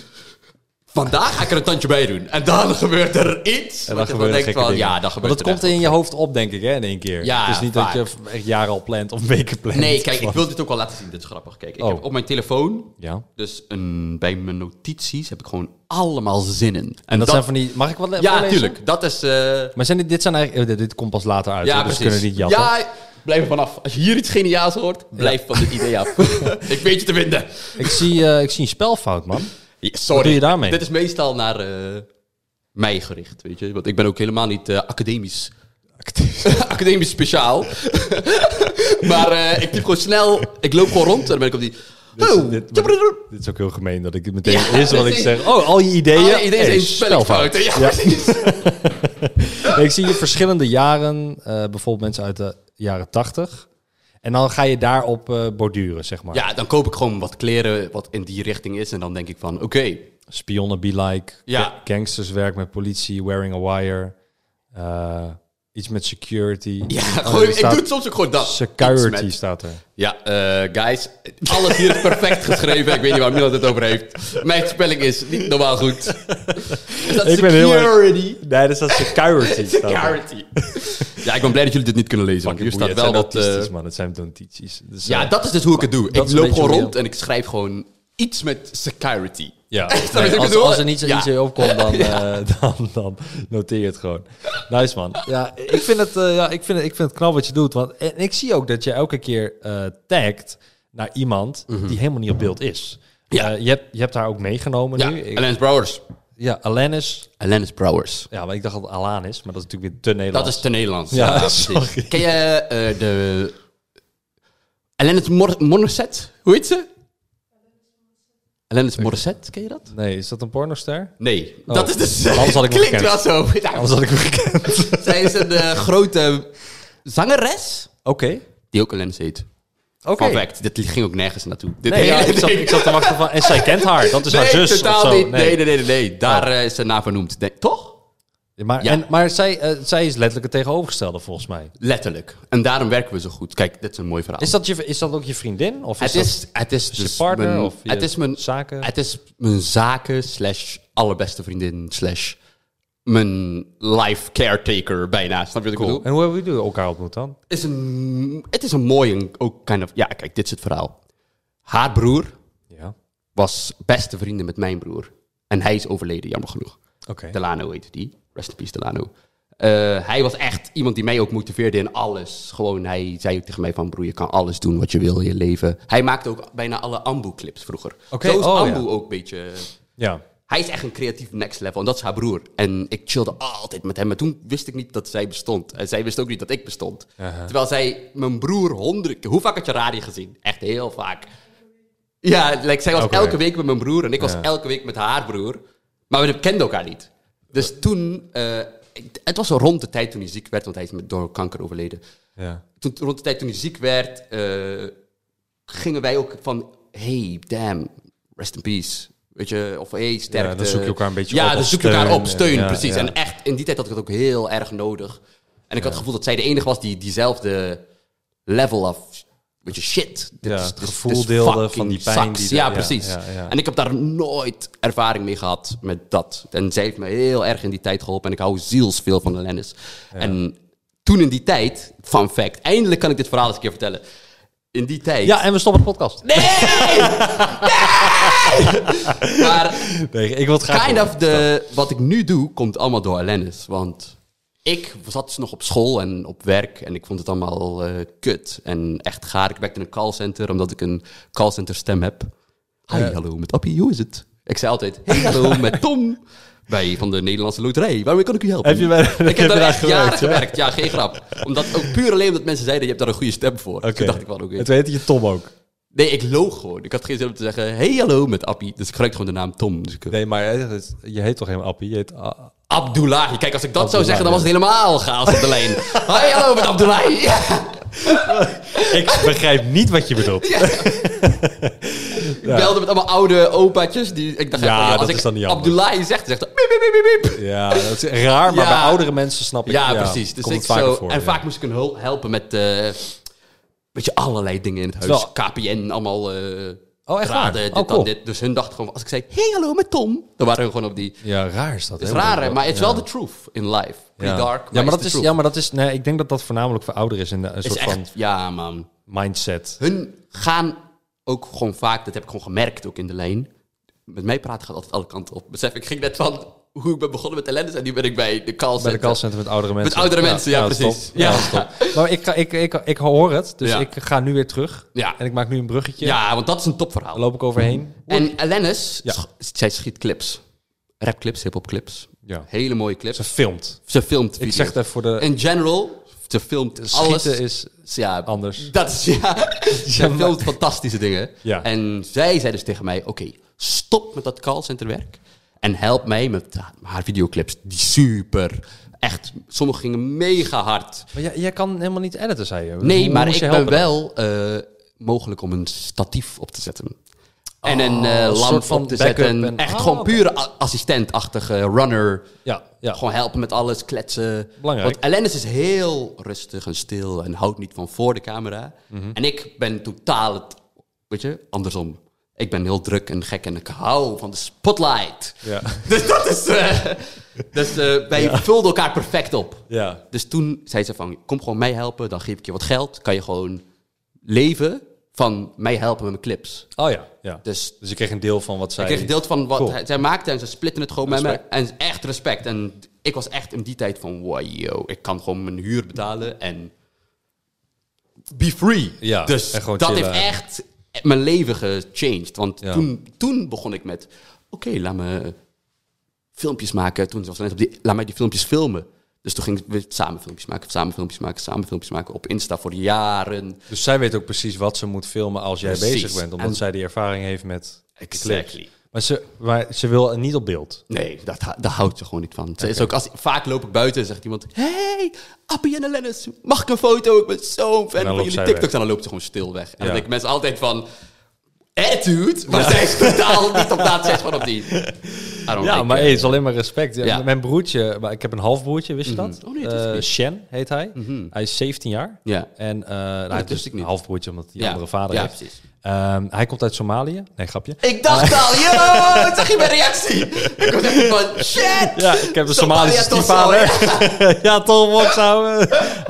Vandaag ga ik er een tandje bij doen. En dan gebeurt er iets. En dan gebeurt er gekke dingen. Ja, dan gebeurt dat komt in je hoofd op, denk ik, hè, in één keer. Ja, het is niet vaak. dat je echt jaren al plant of weken plant. Nee, kijk, ik wil dit ook wel laten zien. Dit is grappig. Kijk, ik heb op mijn telefoon... Ja. Dus bij mijn notities heb ik gewoon allemaal zinnen. En dat zijn van die... Mag ik wat voorlezen? Ja, tuurlijk. Dat is... Maar dit zijn eigenlijk... dit komt pas later uit. Ja, dus we kunnen niet jatten. Ja, Blijf er vanaf. Als je hier iets geniaals hoort, blijf van dit idee af. Ik weet je te vinden. Ik zie een spelfout, man. Ja, sorry. Wat doe je daarmee? Dit is meestal naar mij gericht, weet je. Want ik ben ook helemaal niet academisch speciaal. Maar ik typ gewoon snel. Ik loop gewoon rond en dan ben ik op die... Dit is ook heel gemeen dat ik het meteen eerst wat ik zeg. Oh, al je ideeën. Al je ideeën zijn spelfouten. Ja, precies. Ik zie je verschillende jaren, bijvoorbeeld mensen uit de jaren 80. En dan ga je daarop borduren, zeg maar. Ja, dan koop ik gewoon wat kleren wat in die richting is. En dan denk ik van, oké. Spionnen be like. Ja. Gangsterswerk met politie, wearing a wire. Iets met security. Ja, gewoon, ik doe het soms ook gewoon dat. Security staat er. Ja, guys, alles hier is perfect geschreven. Ik weet niet waar Milan het over heeft. Mijn spelling is niet normaal goed. Is dat security? Nee, dat is security. Security. Ja, ik ben blij dat jullie dit niet kunnen lezen. Want hier staat wel wat... man. Het zijn notities. Dus, ja, dat is dus hoe ik het doe. Ik loop gewoon rond en ik schrijf gewoon iets met security. Ja, als er niet iets in opkomt, dan noteer je het gewoon. Nice, man. Ja, ik vind het knap wat je doet. Want, en ik zie ook dat je elke keer tagt naar iemand die helemaal niet op beeld is. Ja. Je hebt haar ook meegenomen nu. Alanis Brouwers. Ja, Alanis Brouwers. Ja, maar ik dacht dat het Alanis, maar dat is natuurlijk weer te Nederlands. Dat is te Nederlands. Ja, precies. Ken je de... Alanis Morissette? Hoe heet ze? Alanis Morissette, ken je dat? Nee, is dat een pornoster? Nee, dat is dus... Anders had ik hem klinkt gekend. wel zo. Anders had ik hem gekend. Zij is een grote zangeres. Oké. Die ook Alanis heet. Oké. Fun fact, dit ging ook nergens naartoe. Ik zat te wachten van... En zij kent haar, dat is haar zus totaal of zo. Niet. Nee. Daar is ze naar vernoemd. Toch? Ja, maar zij is letterlijk het tegenovergestelde, volgens mij. Letterlijk. En daarom werken we zo goed. Kijk, dit is een mooi verhaal. Is dat ook je vriendin? Of het is je dus partner? mijn, Of het is mijn zaken? Het is mijn zaken / allerbeste vriendin / mijn life caretaker bijna. Snap je wat ik bedoel? En hoe hebben jullie elkaar ontmoet dan? Het is een mooi, ook kind of... Ja, kijk, dit is het verhaal. Haar broer was beste vrienden met mijn broer. En hij is overleden, jammer genoeg. Okay. Delano heette die. Rest in peace, Delano. Hij was echt iemand die mij ook motiveerde in alles. Gewoon, hij zei ook tegen mij van... broer, je kan alles doen wat je wil in je leven. Hij maakte ook bijna alle Ambu-clips vroeger. Zo is Ambu ook een beetje... Ja. Hij is echt een creatief next level. En dat is haar broer. En ik chillde altijd met hem. Maar toen wist ik niet dat zij bestond. En zij wist ook niet dat ik bestond. Terwijl zij, mijn broer, 100 keer... Hoe vaak had je Radio gezien? Echt heel vaak. Ja, zij was elke week met mijn broer. En ik was elke week met haar broer. Maar we kenden elkaar niet. Dus toen... het was zo rond de tijd toen hij ziek werd. Want hij is door kanker overleden. Ja. Rond de tijd toen hij ziek werd... gingen wij ook van... Hey, damn, rest in peace... Weet je, of hey, sterkte. Ja, dan zoek je elkaar een beetje op. Ja, dan zoek je elkaar op, steun, ja, precies. Ja. En echt, in die tijd had ik het ook heel erg nodig. En ik had het gevoel dat zij de enige was die diezelfde level of, weet je, shit. Het gevoel deelde van die pijn. Precies. Ja. En ik heb daar nooit ervaring mee gehad met dat. En zij heeft me heel erg in die tijd geholpen. En ik hou zielsveel van Alanis. Ja. En toen in die tijd, fun fact, eindelijk kan ik dit verhaal eens een keer vertellen. In die tijd... Ja, en we stoppen de podcast. Nee! Maar... Nee, ik wil het graag... Wat ik nu doe, komt allemaal door Alanis. Want ik zat nog op school en op werk. En ik vond het allemaal kut. En echt gaar. Ik werkte in een callcenter, omdat ik een callcenter stem heb. Hi, hallo, met Appie, hoe is het? Ik zei altijd, hey, hallo, met Tom. Van de Nederlandse Loterij. Waarmee kan ik u helpen? Ik heb daar echt jaren gewerkt. Ja, geen grap. Ook puur alleen omdat mensen zeiden, je hebt daar een goede stem voor. Okay. Toen dacht ik wel, oké. En toen heette je Tom ook? Nee, ik loog gewoon. Ik had geen zin om te zeggen, hey, hallo, met Appie. Dus ik gebruikte gewoon de naam Tom. Dus nee, maar je heet toch helemaal Appie? Je heet... Abdullahi. Kijk, als ik dat zou zeggen, dan was het helemaal chaos op de lijn. Hey, hallo, met Abdullahi. Ik begrijp niet wat je bedoelt. Ik belde met allemaal oude opaatjes. Ik dacht, als ik Abdullahi zeg, dan zegt hij... Miep, miep, miep. Ja, dat is raar, maar bij oudere mensen snap ik... Ja, precies. Dus ik zo... Voor, en vaak moest ik hun helpen met... weet je, allerlei dingen in het huis. KPN, allemaal... echt waar? Cool. Dit. Dus hun dachten gewoon... Als ik zei, hey, hallo, met Tom... Dan waren we gewoon op die... Ja, raar is dat. Het is raar, maar het is wel de truth in life. Pretty dark, maar dat is... Nee, ik denk dat dat voornamelijk voor ouderen is. Een soort van... Ja, man. Mindset. Hun gaan ook gewoon vaak... Dat heb ik gewoon gemerkt ook in de lijn. Met mij praten gaat altijd alle kanten op. Besef, ik ging net van hoe ik ben begonnen met Ellennis. En nu ben ik bij de callcenter. Bij de callcenter met oudere mensen. Met oudere mensen, ja, precies. Ja, dat is top. Maar ik hoor het, dus ik ga nu weer terug. Ja. En ik maak nu een bruggetje. Ja, want dat is een topverhaal. Daar loop ik overheen. En Ellennis, zij schiet clips. Rapclips, hiphopclips. Ja. Hele mooie clips. Ze filmt. Ze filmt video's. Ik zeg het even voor de... In general, ze filmt alles. Schieten is anders. Dat is, Zij filmt fantastische dingen. Ja. En zij zei dus tegen mij, oké, stop met dat callcenterwerk. En help mij met haar videoclips. Die super, echt, sommige gingen mega hard. Maar jij kan helemaal niet editen, zei je. Nee, Hoe maar moest ik je ben helpen wel mogelijk om een statief op te zetten. En een een soort lamp van op te backup zetten. en- Echt gewoon pure assistentachtige runner. Ja. Gewoon helpen met alles, kletsen. Belangrijk. Want Ellennis is heel rustig en stil en houdt niet van voor de camera. En ik ben totaal andersom. Ik ben heel druk en gek en ik hou van de spotlight. Ja. Dus dat is... wij vulden elkaar perfect op. Ja. Dus toen zei ze van, kom gewoon mij helpen, dan geef ik je wat geld. Kan je gewoon leven van mij helpen met mijn clips. Oh ja. Dus Dus je kreeg een deel van wat zij... ik kreeg een deel van wat Cool. zij maakte en ze splitten het gewoon met me. Respect. En echt respect. En ik was echt in die tijd van, wow, yo, ik kan gewoon mijn huur betalen en be free. Ja, Dus en gewoon dat chillen. heeft echt mijn leven gechanged. Want Ja. toen begon ik met, oké, laat me filmpjes maken. Toen was het net laat mij die filmpjes filmen. Dus toen gingen we samen filmpjes maken op Insta voor jaren. Dus zij weet ook precies wat ze moet filmen als jij Precies. bezig bent. Omdat En- zij die ervaring heeft met Exactly. clips. Maar ze wil niet op beeld. Nee, daar houdt ze gewoon niet van. Ze is ook vaak loop ik buiten en zegt iemand... Hey, Appie en Ellennis, mag ik een foto? Ik ben zo'n fan van loopt jullie zij TikToks. weg. En dan loopt ze gewoon stil weg. En dan Ja. denken mensen altijd van... Attitude? Maar zij is totaal niet op dat. Zij is gewoon op die... Ja, maar het is alleen maar respect. Ja. Mijn broertje, maar ik heb een halfbroertje, wist je dat? Oh nee, dat wist ik niet. Shen heet hij. Hij is 17 jaar. Ja. En hij dat heeft dus wist ik een niet. halfbroertje, omdat hij Ja. een andere vader Ja, heeft. precies. Hij komt uit Somalië. Nee, grapje. Ik dacht al, yo, zag je mijn reactie? Ik was echt van, shit! Ja, ik heb een Somalia Somalische toch stiefvader. Ja, toch, wat zouden.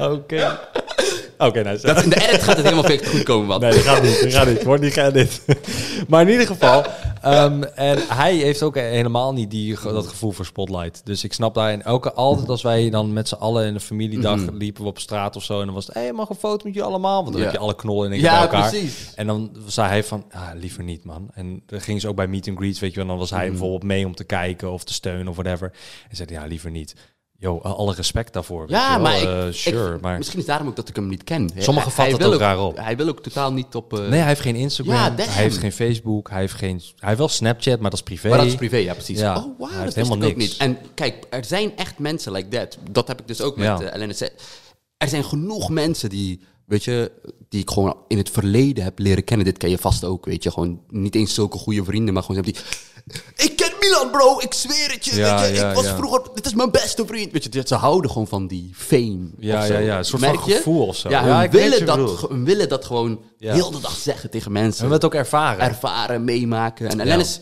Oké, nice. In de edit gaat het helemaal perfect goed komen, man. Nee, die gaat niet. Wordt niet geëdit. Maar in ieder geval... en hij heeft ook helemaal niet dat gevoel voor spotlight. Dus ik snap daarin altijd als wij dan met z'n allen in een familiedag liepen we op straat of zo. En dan was het, hey, mag een foto met je allemaal? Want dan Ja. heb je alle knollen in één keer bij elkaar. Precies. En dan zei hij van, liever niet, man. En dan gingen ze ook bij meet and greets, weet je wel. Dan was hij bijvoorbeeld mee om te kijken of te steunen of whatever. En zei hij, liever niet. Yo, alle respect daarvoor. Ja, weet je maar wel. Sure, maar... misschien is daarom ook dat ik hem niet ken. Sommigen vatten wil het ook raar op. Hij wil ook totaal niet op... Nee, hij heeft geen Instagram, Ja, damn. hij heeft geen Facebook, hij heeft wel Snapchat, maar dat is privé. Maar dat is privé, ja, precies. Ja, Oh, wow, hij dat heeft wist helemaal ik ook niks. niet. En kijk, er zijn echt mensen like that. Dat heb ik dus ook met Ja. Ellennis. Er zijn genoeg mensen die, weet je, die ik gewoon in het verleden heb leren kennen. Dit ken je vast ook, weet je. Gewoon niet eens zulke goede vrienden, maar gewoon die... Ik ken Milan, bro, ik zweer het je. Ja, weet je, ja, ik was ja. vroeger... Dit is mijn beste vriend. Weet je, ze houden gewoon van die fame. Ja, of zo. ja, een soort Merk van je? gevoel of zo. Ja, Ja, hun, ik weet wat je willen bedoelt. hun willen dat gewoon Ja. heel de dag zeggen tegen mensen. En we het ook ervaren. Ervaren, meemaken. En Ellennis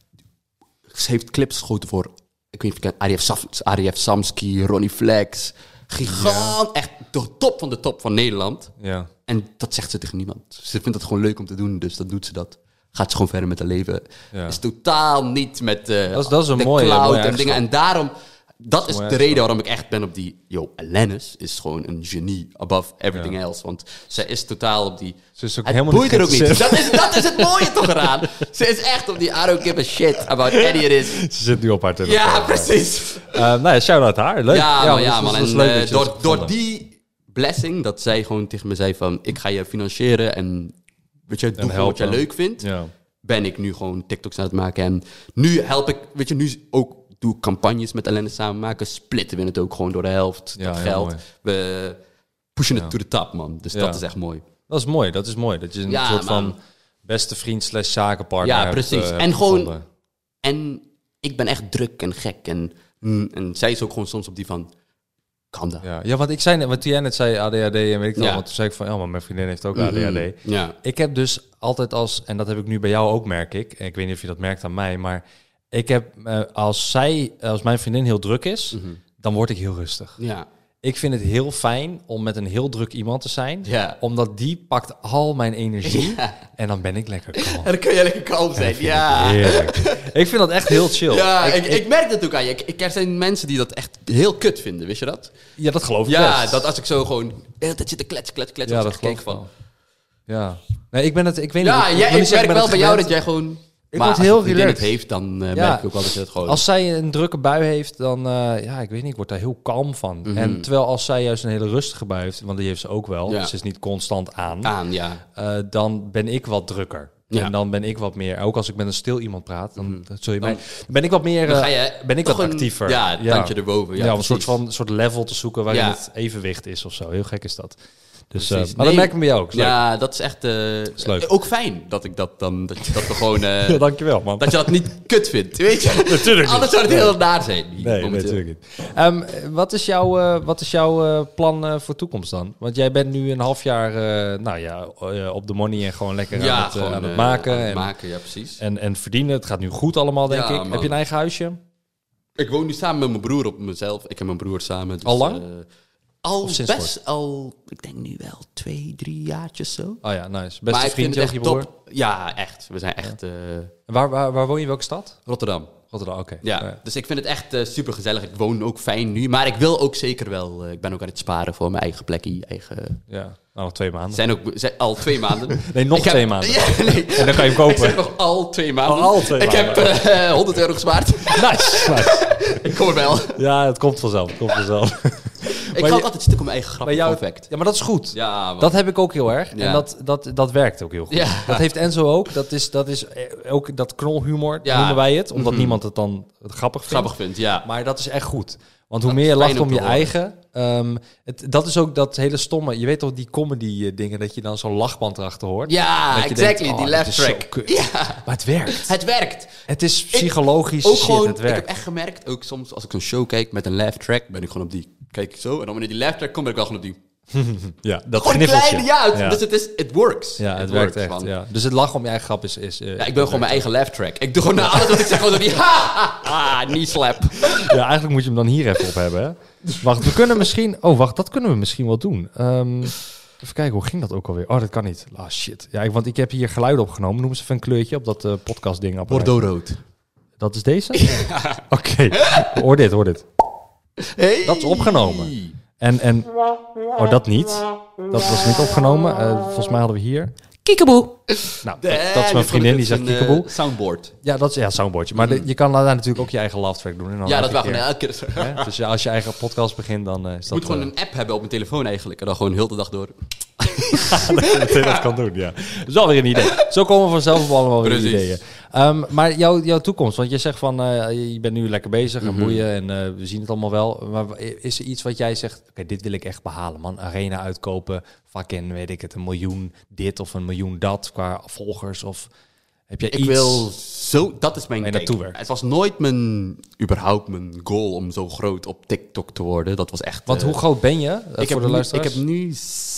ze heeft clips geschoten voor, ik weet niet of je kent, Arif Samski, Ronnie Flex. Gigant, echt de top van Nederland. Ja. En dat zegt ze tegen niemand. Ze vindt het gewoon leuk om te doen, dus dat doet ze dat. Gaat ze gewoon verder met haar leven. Ja. Is totaal niet met Dat is een de mooie cloud en eigenschap. dingen. En daarom, dat is mooie de reden waarom ik echt ben op die... Yo, Ellennis is gewoon een genie above everything else. Want zij is totaal op die... Ze is ook Het helemaal boeit niet er ook niet. geïnteresseerd. Dat is het mooie toch eraan. Ze is echt op die I don't give a shit about any of this. Ze zit nu op haar telefoon. Ja, precies. Nou ja, shout-out haar. Leuk. Ja, man. dat is En leuk dat je dat door gevonden. die blessing, dat zij gewoon tegen me zei van... Ik ga je financieren en weet je, doe gewoon wat jij helpen. leuk vindt. Ja. Ben ik nu gewoon TikToks aan het maken. En nu help ik, weet je, nu ook doe ik campagnes met Ellennis samen maken. Splitten we het ook gewoon door de helft. Ja, dat heel geld. mooi. We pushen het to the top, man. Dus Ja. dat is echt mooi. Dat is mooi. Dat je een Ja, soort man. van beste vriend / zakenpartner Ja, hebt, precies. hebt En gewoon- gevonden. En ik ben echt druk en gek. En zij is ook gewoon soms op die van... Kan dat? Ja, want ik zei net, wat jij net zei, ADHD en weet ik wel. Ja. Want toen zei ik van, ja, maar mijn vriendin heeft ook ADHD. Ja. Ik heb dus altijd en dat heb ik nu bij jou ook, merk ik. En ik weet niet of je dat merkt aan mij, maar ik heb, als mijn vriendin heel druk is, dan word ik heel rustig. Ja. Ik vind het heel fijn om met een heel druk iemand te zijn. Ja. Omdat die pakt al mijn energie. Ja. En dan ben ik lekker kalm. En dan kun je lekker kalm zijn. Ja. Heerlijk. Ik vind dat echt heel chill. Ja, ik merk dat ook aan je. Er zijn mensen die dat echt heel kut vinden, wist je dat? Ja, dat geloof ik Ja, best. dat als ik zo gewoon de hele tijd zit te kletsen. Ja, dat geloof ik wel. Ja. Nee, ik weet Ja, niet. ik merk wel bij jou dat jij gewoon... Ik maar word als heel een vriendin relaxed. het heeft, dan merk ik ook wel dat je het gewoon... Als zij een drukke bui heeft, dan... ik weet niet, ik word daar heel kalm van. Mhm. En terwijl als zij juist een hele rustige bui heeft... want die heeft ze ook wel, Ja. ze is niet constant aan... ja. Dan ben ik wat drukker. Ja. En dan ben ik wat meer... Ook als ik met een stil iemand praat, dan zul je Dan- mij... Ben ik wat meer... Dan ga je ben ik toch wat een- actiever. Ja, een tandje erboven. Ja, om een precies. soort level te zoeken waarin Ja. het evenwicht is of zo. Heel gek is dat. Dus, Precies. maar dat merk ik bij jou ook. Is leuk. Ja, dat is echt... is leuk. Ook fijn dat ik dat dan... Dat je dat gewoon... Ja, dankjewel, man. dat je dat niet kut vindt, weet je? Natuurlijk Anders zou het heel naar zijn. Nee, momenteel. natuurlijk niet. Wat is jouw plan voor toekomst dan? Want jij bent nu een half jaar op de money en gewoon lekker Ja, aan het, gewoon aan het maken. aan het en, maken, ja, precies. en verdienen. Het gaat nu goed allemaal, denk Ja, ik. man. Heb je een eigen huisje? Ik woon nu samen met mijn broer op mezelf. Ik en mijn broer samen. Dus, Al lang? Al sinds best al, ik denk nu wel 2-3 jaartjes zo. Oh ja, nice. Beste Maar ik vriend, vind het je echt broer. top. Ja, echt. We zijn echt Waar woon je? Welke stad? Rotterdam. Rotterdam, oké. Ja, dus ik vind het echt super gezellig. Ik woon ook fijn nu, maar ik wil ook zeker wel. Ik ben ook aan het sparen voor mijn eigen plekje. Ja, nou, nog 2 maanden. Zijn al 2 maanden. Nee, nog Ik heb- 2 maanden. Ja, nee. En dan kan je hem kopen. Ik zeg nog al 2 maanden. Al 2 ik heb €100 gespaard. Nice. Ik kom er wel. Ja, het komt vanzelf. Ik Maar ga je- altijd stuk op mijn eigen grap. Bij jou, Fact. ja, maar dat is goed. Ja, man. Dat heb ik ook heel erg. Ja. En dat werkt ook heel goed. Ja. Dat heeft Enzo ook. Dat is ook dat knolhumor, Ja. noemen wij het. Omdat Mhm. niemand het dan grappig vindt. grappig vindt, ja. Maar dat is echt goed. Want hoe Dat meer je is lacht fijn om om te je horen. eigen... dat is ook dat hele stomme... Je weet toch die comedy dingen... dat je dan zo'n lachband erachter hoort? Ja, Dat je exactly. denkt, die oh, laugh dit is zo track. kut. Ja, Maar het werkt. het werkt. Het is psychologisch Ook shit, gewoon, het ik heb werkt. echt gemerkt, ook soms als ik zo'n show kijk met een laugh track, ben ik gewoon op die, kijk ik zo. En dan wanneer die laugh track komt, ben ik wel gewoon op die. Ja, dat Gewoon kniffeltje. kleine, ja. Dus it works. Ja, het It werkt works, echt. man. Ja. Dus het lachen om je eigen grap is Ja, ik ben gewoon mijn eigen laugh track. Ik doe gewoon na alles wat ik zeg, gewoon zo die knee slap. Ja, eigenlijk moet je hem dan hier even op hebben. Hè? Wacht, we kunnen misschien... Oh, wacht, dat kunnen we misschien wel doen. Even kijken, hoe ging dat ook alweer? Oh, dat kan niet. Ah, shit. Ja, want ik heb hier geluiden opgenomen. Noem eens even een kleurtje op dat podcast-ding. Bordeaux-rood. Dat is deze? Oké. Hoor dit. Hey. Dat is opgenomen. En... Oh, dat niet. Dat was niet opgenomen. Volgens mij hadden we hier... Kiekeboe. Nou, dat is mijn vriendin, die zegt kiekeboe. Soundboard. Ja, dat is een soundboardje. Maar je kan daar natuurlijk ook je eigen laugh track doen. En dan Ja, dat elke waren keer, elke keer. hè? Dus ja, als je eigen podcast begint, dan is Je dat... moet gewoon een app hebben op mijn telefoon eigenlijk. En dan gewoon heel de dag door. dat je dat kan doen, ja. Dat is wel weer een idee. Zo komen we vanzelf op allemaal weer Precies. ideeën. Maar jouw toekomst, want je zegt van, je bent nu lekker bezig en boeien en we zien het allemaal wel. Maar is er iets wat jij zegt, oké, dit wil ik echt behalen, man. Arena uitkopen, fucking, weet ik het, 1 miljoen dit of 1 miljoen dat qua volgers of... Heb jij Ik iets... wil zo... Dat is mijn... Waar je naartoe werkt. Het was nooit überhaupt mijn goal om zo groot op TikTok te worden. Dat was echt... Want hoe groot ben je, voor de ik luisteraars? heb nu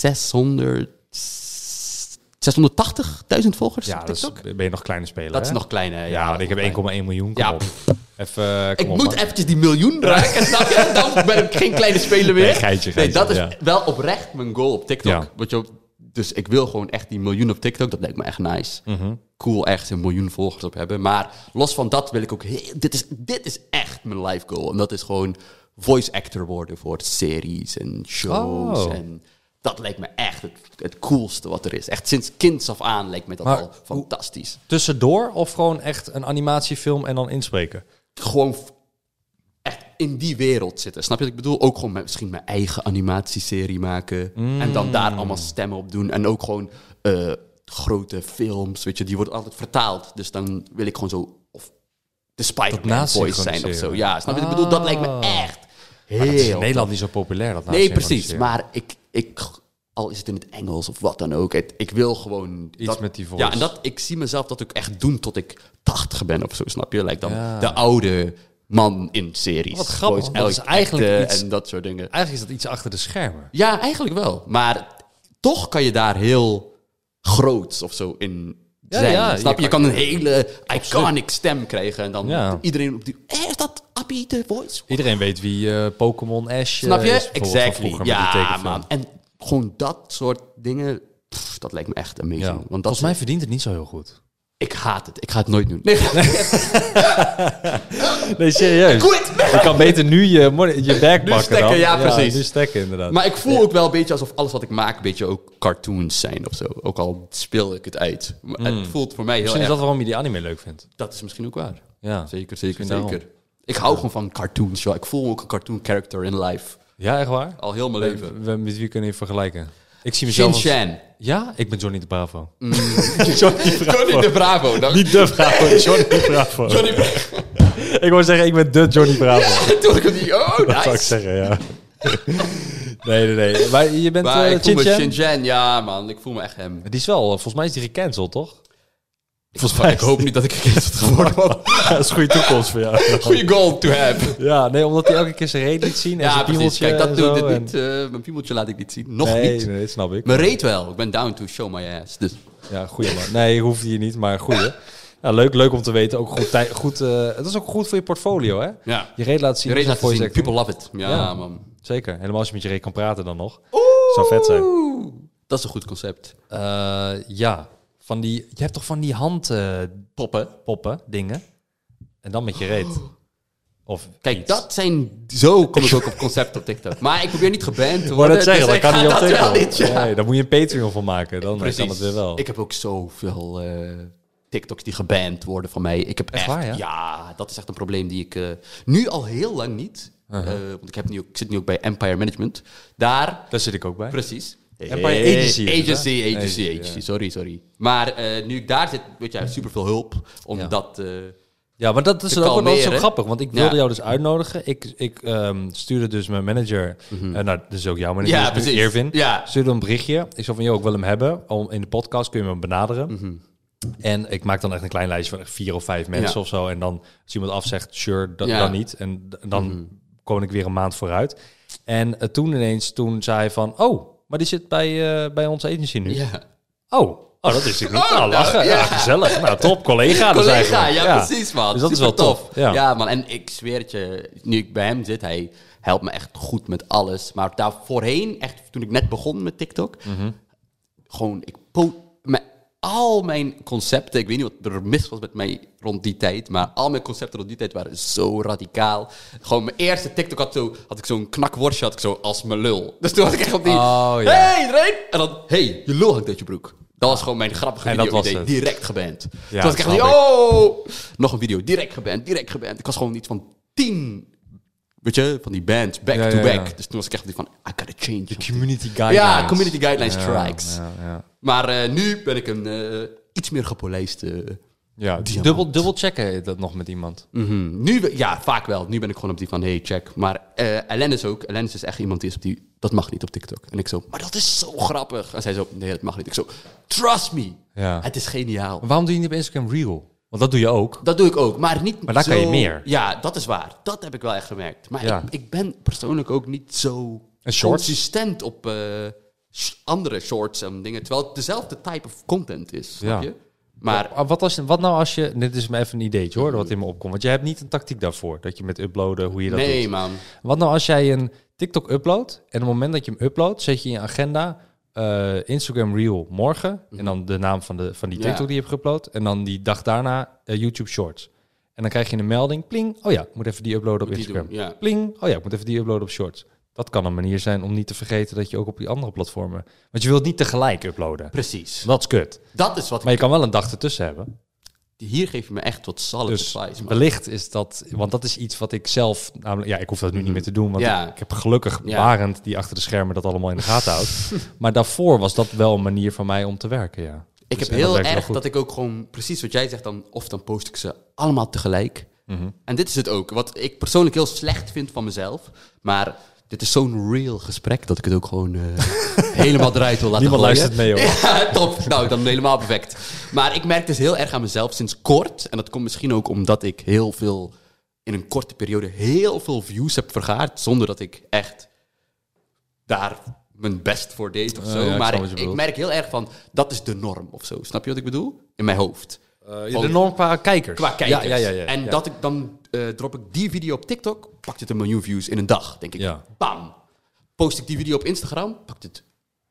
680.000 volgers Ja, op dat is, TikTok. ben je nog kleine speler, Dat is hè? nog klein, hè? Ja, want ik heb 1,1 miljoen. Kom Ja. op. Even, kom Ik op, moet man. eventjes die miljoen raken, snap je? Dan ben ik geen kleine speler meer. Nee, geitje, Nee, dat is ja. wel oprecht mijn goal op TikTok. Ja. Want dus ik wil gewoon echt die miljoen op TikTok. Dat lijkt me echt nice. Mhm. Cool, ergens 1 miljoen volgers op hebben. Maar los van dat wil ik ook... Dit is echt mijn life goal. En dat is gewoon voice actor worden voor series en shows. Oh. En dat lijkt me echt het coolste wat er is. Echt sinds kinds af aan lijkt me dat Maar al fantastisch. Tussendoor of gewoon echt een animatiefilm en dan inspreken? Gewoon echt in die wereld zitten. Snap je wat ik bedoel? Ook gewoon misschien mijn eigen animatieserie maken. En dan daar allemaal stemmen op doen. En ook gewoon grote films, weet je, die worden altijd vertaald. Dus dan wil ik gewoon zo... Of de Spider-Man voice zijn of zo. Ja, snap je wat ik bedoel? Dat lijkt me echt Maar dat is in heel... Nederland niet zo populair. Dat Nee, precies. naast-synchroniseren. Maar ik... Al is het in het Engels of wat dan ook. Ik wil gewoon... Iets met die voice. Ja, en ik zie mezelf dat ook echt doen tot ik 80 ben of zo, snap je? Lijkt dan Ja. de oude man in series. Wat grappig, Voice dat is acten eigenlijk iets- en dat soort dingen. Eigenlijk is dat iets achter de schermen. Ja, eigenlijk wel. Maar toch kan je daar heel groots of zo in zijn. Ja, Snap je? Je kan een hele iconic stem krijgen. En dan Ja. iedereen op die... is dat Appie de voice? Iedereen weet wie Pokémon Ash Snap je? is. Bijvoorbeeld van Exactly. vroeger met die Ja, tekenfilm. man. En gewoon dat soort dingen... dat lijkt me echt amazing. Ja. Want dat Volgens mij verdient het niet zo heel goed. Ik haat het. Ik ga het nooit doen. Nee. Nee, serieus. Quit! Je kan beter nu je bag pakken stekken, dan. ja, precies. Nu stekken, inderdaad. Maar ik voel ook wel een beetje alsof alles wat ik maak... een beetje ook cartoons zijn of zo. Ook al speel ik het uit. Maar het voelt voor mij heel Misschien is erg... dat waarom je die anime leuk vindt. Dat is misschien ook waar. Ja, Zeker. Misschien daarom. Ik hou gewoon van cartoons. Joh. Ik voel ook een cartoon character in life. Ja, echt waar? Al heel mijn leven. Met wie kunnen je vergelijken? Ik zie mezelf als... Shin-Chan. Ja, ik ben Johnny de Bravo. Johnny de Bravo. Dan. Niet de Bravo, Johnny de Bravo. Johnny Ik wou zeggen, ik ben de Johnny Bravo. Toen ik die... Oh, Dat zou ik nice. zeggen, ja. Nee. Maar je bent Maar ik voel me Shin-Chan? Shin-Chan. Ja, man. Ik voel me echt hem. Die is wel, volgens mij is die gecanceld, toch? Volgens mij Ik hoop niet dat ik gecanceld geworden ben. dat is een goede toekomst voor jou. Goeie goal to have. Ja, nee, omdat hij elke keer zijn reet liet zien. En Ja, zijn precies. piemeltje Kijk, dat en doe zo, ik en- niet. Mijn piemeltje laat ik niet zien. Nog Nee, niet. nee, dat snap ik. Mijn reet wel. Ik ben down to show my ass. Dus Ja, goeie man. Nee, hoeft hier niet, maar goeie. Ja, leuk om te weten. Ook goed, het is ook goed voor je portfolio, hè? ja. Je reet laat zien. Je reet is een laten zien. voice acting. People love it. Ja, Ja. man. Zeker. Helemaal als je met je reet kan praten dan nog. Zou vet zijn. Oeh, dat is een goed concept. Ja. Je hebt toch van die Poppen. handpoppen, dingen. En dan met je reet. Of Kijk, iets. dat zijn... Zo kom ik ook op concept op TikTok. Maar ik probeer niet geband te Maar worden. dat zeggen, dus dat ik kan ga niet op dat wel TikTok. niet, ja. Nee, dan moet je een Patreon van maken. Dan Precies. kan het weer wel. Ik heb ook zoveel TikToks die geband worden van mij. Ik heb echt... waar, ja? Ja, dat is echt een probleem die ik nu al heel lang niet... want ik zit nu ook bij Empire Management. Daar... Daar zit ik ook bij. Precies. Empire Agency is het, hè? Agency. Sorry. Maar nu ik daar zit, weet je, superveel hulp om Ja. dat... Ja, maar dat is te ook wel zo kalmeren. grappig, want ik wilde Ja. jou dus uitnodigen. Ik stuurde dus mijn manager, nou, dus ook jouw manager, Ja, dus precies. Irvin, Ja. stuurde een berichtje. Ik zei van, joh, ik wil hem hebben. In de podcast kun je me benaderen. Mhm. En ik maak dan echt een klein lijstje van echt 4 of 5 mensen Ja. of zo. En dan als iemand afzegt, sure, Ja. dan niet. En dan kom ik weer een maand vooruit. En toen zei hij van, oh, maar die zit bij onze agency nu. Ja. Oh, dat is ik niet. Oh, Nou, lachen. nou, Ja, ja. gezellig. Nou, top. Collega dus Collega, eigenlijk. ja, precies, man. Dus dat is Super wel tof. Ja. Ja, man. En ik zweer het je, nu ik bij hem zit, hij helpt me echt goed met alles. Maar daar voorheen, echt toen ik net begon met TikTok, gewoon, al mijn concepten, ik weet niet wat er mis was met mij rond die tijd, maar al mijn concepten rond die tijd waren zo radicaal. Gewoon mijn eerste TikTok had ik zo'n knakworstje, had ik zo als mijn lul. Dus toen was ik echt op die, Oh, ja. hey iedereen! En dan, hey, je lul hangt uit je broek. Dat was gewoon mijn grappige En dat video was idee, het. direct geband. Ja, Toen was ik echt snap van, ik. oh! Nog een video, direct geband. Ik was gewoon iets van 10, weet je, van die bands, back Ja, to ja, back. ja. Dus toen was ik echt van, I gotta change. Community guidelines. Ja, community guidelines strikes. Ja. Maar nu ben ik een iets meer gepolijste... Ja, Diamant. dubbel checken dat nog met iemand. Nu, ja, vaak wel. Nu ben ik gewoon op die van, hey, check. Maar Alanis ook. Alanis is echt iemand die is op die... Dat mag niet op TikTok. En ik zo, maar dat is zo grappig. En zij zo, nee, dat mag niet. Ik zo, trust me. Ja. Het is geniaal. Maar waarom doe je niet op Instagram Reel? Want dat doe je ook. Dat doe ik ook, maar niet Maar daar zo... kan je meer. Ja, dat is waar. Dat heb ik wel echt gemerkt. Maar Ja. ik ben persoonlijk ook niet zo En shorts? consistent op andere shorts en dingen. Terwijl het dezelfde type of content is, snap Ja. je? Maar Wat nou als je... Dit is me even een ideetje hoor, wat in me opkomt. Want je hebt niet een tactiek daarvoor. Dat je met uploaden, hoe je dat nee, doet. man. Wat nou als jij een TikTok uploadt... en op het moment dat je hem uploadt... zet je in je agenda... Instagram Reel morgen... en dan de naam van die TikTok Ja. die je hebt geüpload... en dan die dag daarna YouTube Shorts. En dan krijg je een melding... pling, oh ja, ik moet even die uploaden op Moet die Instagram. doen, ja. Pling, oh ja, ik moet even die uploaden op Shorts. Dat kan een manier zijn om niet te vergeten... dat je ook op die andere platformen... want je wilt niet tegelijk uploaden. Precies. Dat is kut. Dat is wat Maar je kan wel een dag ertussen hebben. Hier geef je me echt wat solid Dus advice, man. wellicht is dat... Want dat is iets wat ik zelf... Namelijk, ja, ik hoef dat nu niet meer te doen. Want Ja. ik heb gelukkig Ja. Barend die achter de schermen dat allemaal in de gaten houdt. Maar daarvoor was dat wel een manier van mij om te werken, ja. Ik Dus- heb en dat heel werkt wel erg goed. dat ik ook gewoon... Precies wat jij zegt, dan post ik ze allemaal tegelijk. Mhm. En dit is het ook. Wat ik persoonlijk heel slecht vind van mezelf. Maar dit is zo'n real gesprek dat ik het ook gewoon helemaal eruit wil laten Niemand gooien. luistert mee, hoor. Ja, top. Nou, dan helemaal perfect. Maar ik merk dus heel erg aan mezelf sinds kort. En dat komt misschien ook omdat ik heel veel... in een korte periode heel veel views heb vergaard. Zonder dat ik echt daar mijn best voor deed of zo. Ja, maar snap wat je ik bedoelt. merk heel erg van, dat is de norm of zo. Snap je wat ik bedoel? In mijn hoofd. De norm qua kijkers. Qua kijkers. Ja. En Ja. dat ik dan drop ik die video op TikTok, pakt het 1 miljoen views in een dag, denk ik. Ja. Bam. Post ik die video op Instagram, pakt het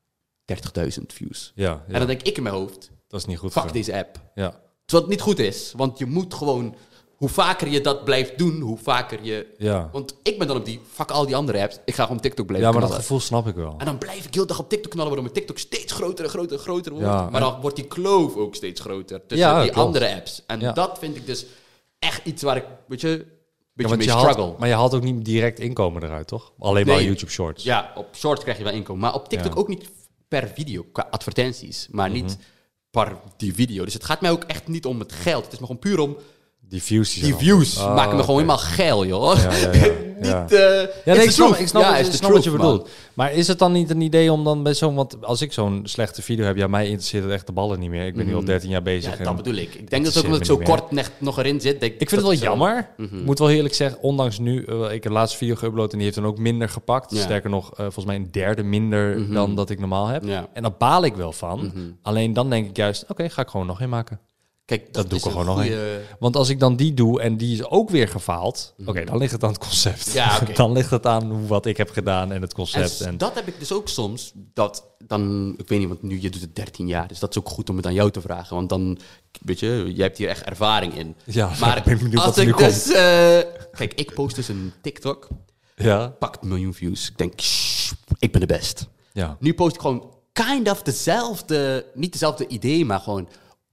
30.000 views. Ja. En dan denk ik in mijn hoofd, Dat is niet goed. fuck gegaan. deze app. Ja. Terwijl het niet goed is, want je moet gewoon, hoe vaker je dat blijft doen, hoe vaker je... Ja. Want ik ben dan op die, fuck al die andere apps, ik ga gewoon TikTok blijven Ja, maar dat knallen. gevoel snap ik wel. En dan blijf ik heel de dag op TikTok knallen, waardoor mijn TikTok steeds groter en groter en groter wordt. Ja, maar dan wordt die kloof ook steeds groter tussen Ja, die klopt. andere apps. En Ja. dat vind ik dus echt iets waar ik, weet je, een Ja, beetje want mee je struggle. maar je haalt ook niet direct inkomen eruit, toch? Alleen maar Nee. YouTube Shorts. Ja, op Shorts krijg je wel inkomen. Maar op TikTok Ja. ook niet per video, qua advertenties. Maar Mhm. niet per die video. Dus het gaat mij ook echt niet om het geld. Het is me gewoon puur om Die views. die views. Oh, maken me gewoon oké. helemaal geil, joh. Ja. niet, Ja, nee, ik snap wat je man. bedoelt. Maar is het dan niet een idee om dan bij zo'n... Want als ik zo'n slechte video heb... Ja, mij interesseert het echt de ballen niet meer. Ik ben nu al 13 jaar bezig. Ja, en dat bedoel ik. Ik denk dat ook interesseert omdat het zo me niet meer. kort nog erin zit. Ik vind het wel jammer. Mhm. Ik moet wel eerlijk zeggen, ondanks nu... ik heb de laatste video geüpload en die heeft dan ook minder gepakt. Ja. Sterker nog, volgens mij een derde minder dan dat ik normaal heb. Ja. En daar baal ik wel van. Alleen dan denk ik juist, oké, ga ik gewoon nog één maken. Kijk, Dat doe is ik er een gewoon nog goeie- Want als ik dan die doe en die is ook weer gefaald... Oké, dan ligt het aan het concept. Ja, oké. Dan ligt het aan wat ik heb gedaan en het concept. En dat heb ik dus ook soms. Dat dan, ik weet niet, want nu je doet het 13 jaar. Dus dat is ook goed om het aan jou te vragen. Want dan, weet je, jij hebt hier echt ervaring in. Ja, maar ik ben benieuwd als wat er nu ik dus... kijk, ik post dus een TikTok. ja, Pakt 1 miljoen views. Ik denk, ik ben de best. ja. Nu post ik gewoon kind of dezelfde... Niet dezelfde idee, maar gewoon...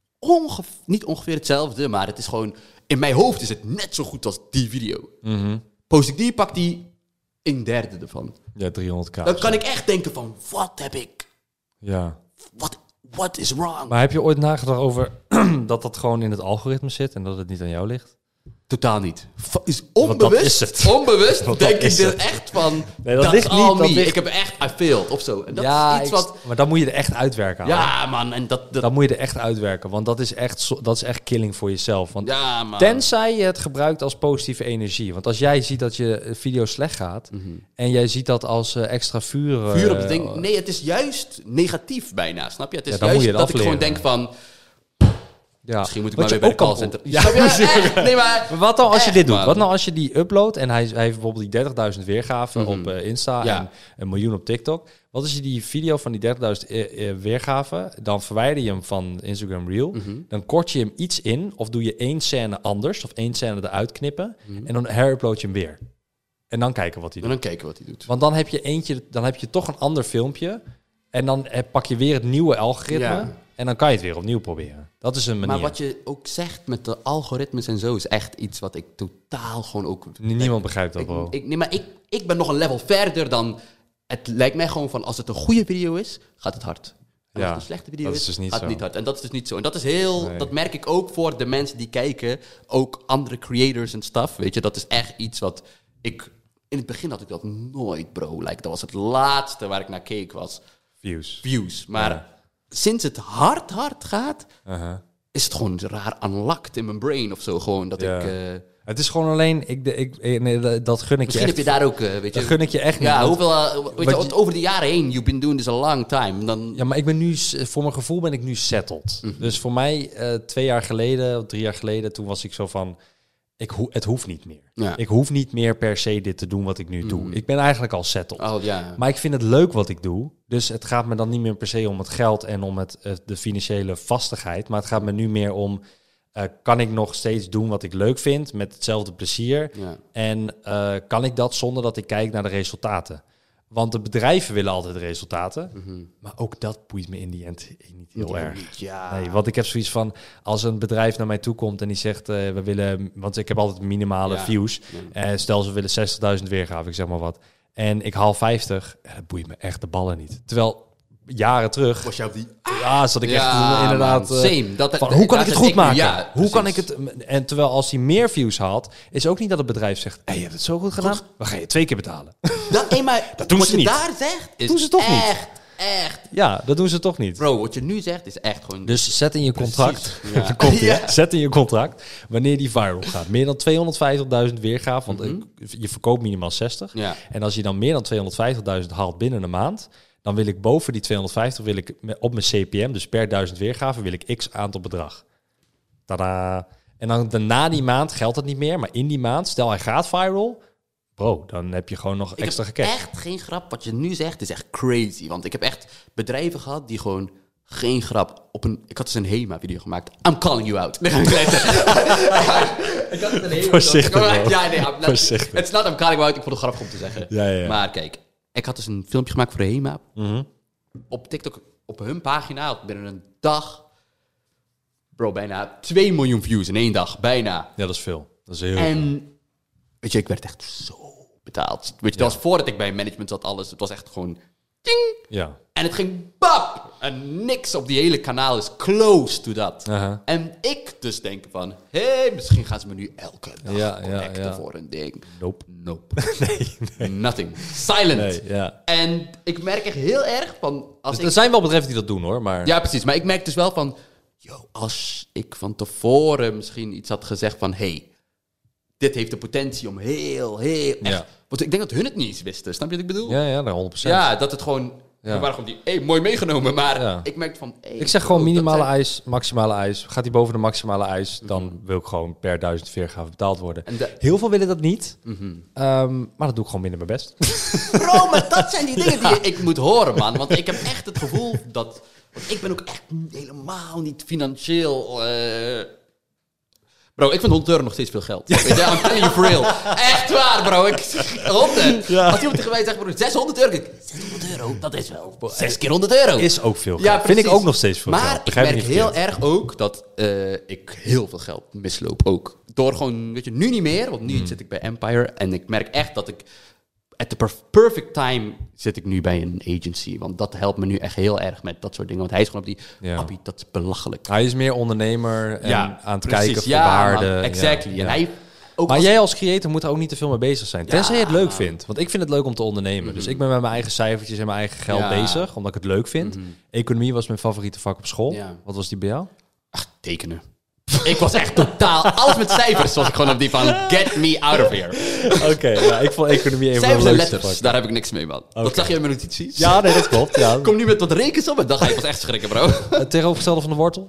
niet ongeveer hetzelfde, maar het is gewoon... In mijn hoofd is het net zo goed als die video. Post ik die, pak die 1/3 ervan. Ja, 300k. Dan kan ik echt denken van, wat heb ik... Ja. What is wrong? Maar heb je ooit nagedacht over dat gewoon in het algoritme zit en dat het niet aan jou ligt? Totaal niet. Is Want dat onbewust, is het. onbewust Want denk dat ik is dit het. echt van... Nee, dat dat ligt is niet, all dat me. ligt- Ik heb echt... I failed, of zo. En dat ja, is iets wat... maar dan moet je er echt uitwerken. Ja, man. En dat Dan moet je er echt uitwerken, want dat is echt killing voor jezelf. Want ja, man. tenzij je het gebruikt als positieve energie. Want als jij ziet dat je video slecht gaat en jij ziet dat als extra vuur... Vuur op het ding. Nee, het is juist negatief bijna, snap je? Het is Ja, dan moet juist je het dat ik gewoon afleren. denk van... Ja. Misschien moet ik Wat maar je weer bij de ook kan callcenter... Ja, Snap je? Echt? Nee, maar... Maar wat nou als je Echt, dit doet? man. Wat nou als je die uploadt en hij heeft bijvoorbeeld die 30.000 weergaven op Insta Ja. en 1 miljoen op TikTok. Wat als je die video van die 30.000 weergaven, dan verwijder je hem van Instagram Reel, dan kort je hem iets in of doe je 1 scène anders of 1 scène eruit knippen en dan herupload je hem weer. En dan kijken wat hij En doet. dan kijken wat hij doet. Want dan heb je toch een ander filmpje en dan pak je weer het nieuwe algoritme Ja. en dan kan je het weer opnieuw proberen. Dat is een manier. Maar wat je ook zegt met de algoritmes en zo... is echt iets wat ik totaal gewoon ook... Niemand begrijpt dat, bro. Ik ben nog een level verder dan... Het lijkt mij gewoon van... als het een goede video is, gaat het hard. En Ja, als het een slechte video dat is, is dus niet gaat het zo. niet hard. En dat is dus niet zo. En dat is heel... Nee. Dat merk ik ook voor de mensen die kijken. Ook andere creators en stuff. Weet je, dat is echt iets wat ik... In het begin had ik dat nooit, bro. Like, dat was het laatste waar ik naar keek, was views. Maar Ja. sinds het hard gaat... Uh-huh. is het gewoon raar unlocked in mijn brain of zo. Gewoon dat Ja. ik... Het is gewoon alleen, nee, dat gun ik Misschien je heb echt. je daar ook, weet je... Dat gun ik je echt niet. Ja, want- hoeveel... weet je, wat je- over de jaren heen, you've been doing this a long time. Dan... Ja, maar ik ben nu, voor mijn gevoel ben ik nu settled. Dus voor mij, 2 jaar geleden, of 3 jaar geleden, toen was ik zo van, het hoeft niet meer. Ja. Ik hoef niet meer per se dit te doen wat ik nu doe. Ik ben eigenlijk al settled. Oh, ja. Maar ik vind het leuk wat ik doe. Dus het gaat me dan niet meer per se om het geld en om de financiële vastigheid. Maar het gaat me nu meer om, kan ik nog steeds doen wat ik leuk vind met hetzelfde plezier? Ja. En kan ik dat zonder dat ik kijk naar de resultaten? Want de bedrijven willen altijd resultaten. Maar ook dat boeit me in die end niet heel erg. Ja. Nee, want ik heb zoiets van, als een bedrijf naar mij toe komt en die zegt, we willen, want ik heb altijd minimale Ja. views. Stel, ze willen 60.000 weergaven, ik zeg maar wat. En ik haal 50, dat boeit me echt de ballen niet. Terwijl, jaren terug, Was jij op die... zat ik echt inderdaad... man. Same. Dat, van, hoe kan ik het goed maken? Ja, Hoe kan ik precies. het... En terwijl als hij meer views haalt, is ook niet dat het bedrijf zegt, hey, je hebt het zo goed gedaan, we gaan je 2 keer betalen. Maar Dat doen wat ze je niet. daar zegt, is Doen ze toch niet. echt... Ja, dat doen ze toch niet. Bro, wat je nu zegt, is echt gewoon... Dus zet in je contract, Precies, ja. daar komt-ie, hè? Ja. Zet in je contract, wanneer die viral gaat. Meer dan 250.000 weergaven, want je verkoopt minimaal 60. Ja. En als je dan meer dan 250.000 haalt binnen een maand, dan wil ik boven die 250 wil ik op mijn CPM, dus per 1000 weergaven, wil ik x aantal bedrag. Tada! En dan na die maand geldt het niet meer, maar in die maand, stel hij gaat viral, bro, dan heb je gewoon nog extra gecashed. Echt geen grap. Wat je nu zegt is echt crazy. Want ik heb echt bedrijven gehad die gewoon geen grap ik had dus een HEMA-video gemaakt. I'm calling you out. Nee, ik had een HEMA. Voorzichtig. Ja, nee, Voorzichtig. het is not I'm calling you out. Ik vond het grappig om te zeggen. Ja. Maar kijk, ik had dus een filmpje gemaakt voor de HEMA. Mm-hmm. Op TikTok, op hun pagina, had binnen een dag, bro, bijna 2 miljoen views in 1 dag. Bijna. Ja, dat is veel. Dat is heel veel. En weet je, ik werd echt zo betaald. Weet je, dat was voordat ik bij management zat, alles. Het was echt gewoon ding. Ja. En het ging bap. En niks op die hele kanaal is close to dat. Uh-huh. En ik dus denk van, misschien gaan ze me nu elke dag connecten voor een ding. Nope. nee. Nothing. Silent. Nee, ja. En ik merk echt heel erg van... Er zijn wel bedrijven die dat doen, hoor. Maar... Ja, precies. Maar ik merk dus wel van... als ik van tevoren misschien iets had gezegd van... dit heeft de potentie om heel echt... Want ik denk dat hun het niet eens wisten. Snap je wat ik bedoel? Ja, 100%. Ja, dat het gewoon... We waren gewoon mooi meegenomen. Maar ik merk van... ik zeg gewoon minimale eis, maximale eis. Gaat die boven de maximale eis, dan wil ik gewoon per 1000 weergaven betaald worden. Heel veel willen dat niet. Maar dat doe ik gewoon binnen mijn best. Bro, maar dat zijn die dingen die ik moet horen, man. Want ik heb echt het gevoel dat... Want ik ben ook echt helemaal niet financieel... Bro, ik vind 100 euro nog steeds veel geld. Weet je, I'm telling you for real. Echt waar, bro. 100. Ja. Als iemand tegen mij zegt, bro, 600 euro. 600 euro, dat is wel 6 keer 100 euro. Is ook veel geld. Ja, vind ik ook nog steeds veel maar geld. Maar ik Begrijp merk heel erg ook dat ik heel veel geld misloop ook. Door gewoon, weet je, nu niet meer. Want nu zit ik bij Empire. En ik merk echt dat ik... At the perfect time zit ik nu bij een agency. Want dat helpt me nu echt heel erg met dat soort dingen. Want hij is gewoon op die... Appie, dat is belachelijk. Hij is meer ondernemer en aan het kijken voor ja, waarde. Man, exactly. En hij... Maar jij als creator moet er ook niet te veel mee bezig zijn. Tenzij je het leuk vindt. Want ik vind het leuk om te ondernemen. Dus ik ben met mijn eigen cijfertjes en mijn eigen geld bezig. Omdat ik het leuk vind. Economie was mijn favoriete vak op school. Ja. Wat was die bij jou? Ach, tekenen. Ik was echt totaal... Alles met cijfers was ik gewoon op die van... Get me out of here. Oké, ik vond economie even cijfers en letters, daar heb ik niks mee, man. Okay. Dat zag je in mijn notities. Ja, nee, dat klopt. Ja. Kom nu met wat rekens op en dan ga je pas echt schrikken, bro. Het tegenovergestelde van de wortel?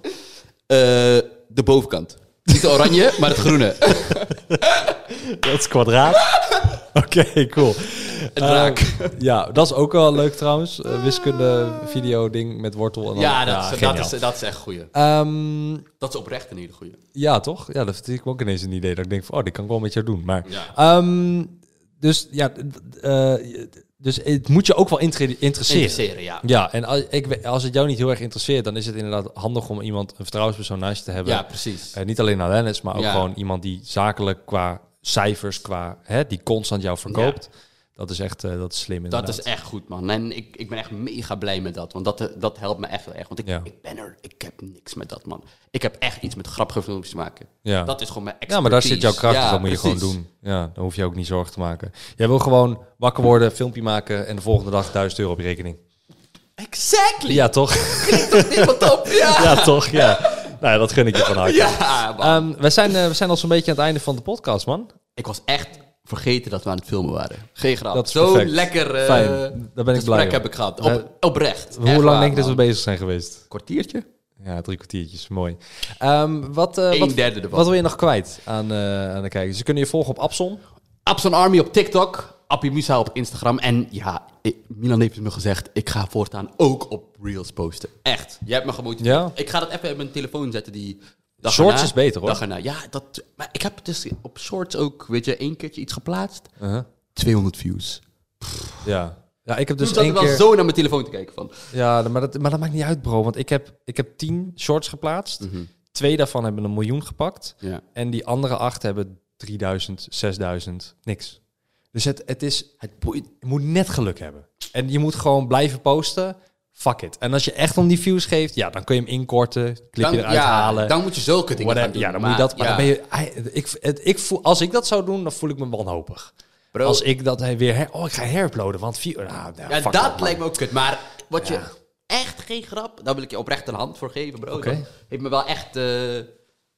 De bovenkant. Niet de oranje, maar het groene. Dat is kwadraat. Oké, cool. Een draak. Ja, dat is ook wel leuk trouwens. Wiskunde, video, ding met wortel. En dat is echt goeie. Dat is oprecht een hele goeie. Ja, toch? Ja, dat vind ik ook ineens een idee. Dat ik denk van, dit kan ik wel met jou doen. Maar, dus het moet je ook wel interesseren. Ja, en als het jou niet heel erg interesseert, dan is het inderdaad handig om een vertrouwenspersoon naast je te hebben. Ja, precies. Niet alleen naar Dennis, maar ook gewoon iemand die zakelijk qua cijfers, die constant jou verkoopt. Ja. Dat is echt dat is slim inderdaad. Dat is echt goed, man. En ik ben echt mega blij met dat. Want dat helpt me echt wel erg. Want ik heb niks met dat, man. Ik heb echt iets met grappige filmpjes te maken. Ja. Dat is gewoon mijn expertise. Ja, maar daar zit jouw kracht. Dus dat moet je gewoon doen. Ja, dan hoef je ook niet zorgen te maken. Jij wil gewoon wakker worden, filmpje maken en de volgende dag €1000 op je rekening. Exactly! Ja, toch? Klinkt toch niet wat top? Ja. Ja, toch? Ja. Nou ja, dat gun ik je van harte. Ja, we zijn al zo'n beetje aan het einde van de podcast, man. Ik was echt vergeten dat we aan het filmen waren. Geen grap. Dat is zo'n perfect. Lekker fijn. Daar ben ik blij. Heb ik gehad. Oprecht. Hoe lang denk je dat we bezig zijn geweest? Kwartiertje? Ja, 3 kwartiertjes. Mooi. Wat wil je nog kwijt aan de kijkers? Ze kunnen je volgen op Abson. Abson Army op TikTok. Appie Musa op Instagram. En Milan heeft me gezegd, ik ga voortaan ook op Reels posten. Echt. Jij hebt me gemotiveerd. Ja. Ik ga dat even in mijn telefoon zetten. Shorts is beter, hoor. Maar ik heb dus op Shorts ook, weet je, 1 keertje iets geplaatst. 200 views. Ja. Ja, ik heb dus één keer... wel zo naar mijn telefoon te kijken van. Ja, maar dat maakt niet uit, bro. Want ik heb 10 shorts geplaatst. 2 daarvan hebben 1 miljoen gepakt. Ja. En die andere 8 hebben 3000, 6000, niks. Dus het moet net geluk hebben. En je moet gewoon blijven posten. Fuck it. En als je echt om die views geeft, dan kun je hem inkorten, clipje eruit halen. Dan moet je zulke dingen gaan doen. Ja, dan moet je dat. Maar dan ben je. Als ik dat zou doen, dan voel ik me wanhopig. Bro. Als ik dat weer... ik ga heruploaden, want... dat lijkt me ook kut. Maar wat je... Echt geen grap. Daar wil ik je oprecht een hand voor geven, bro. Okay. Dat heeft me wel echt...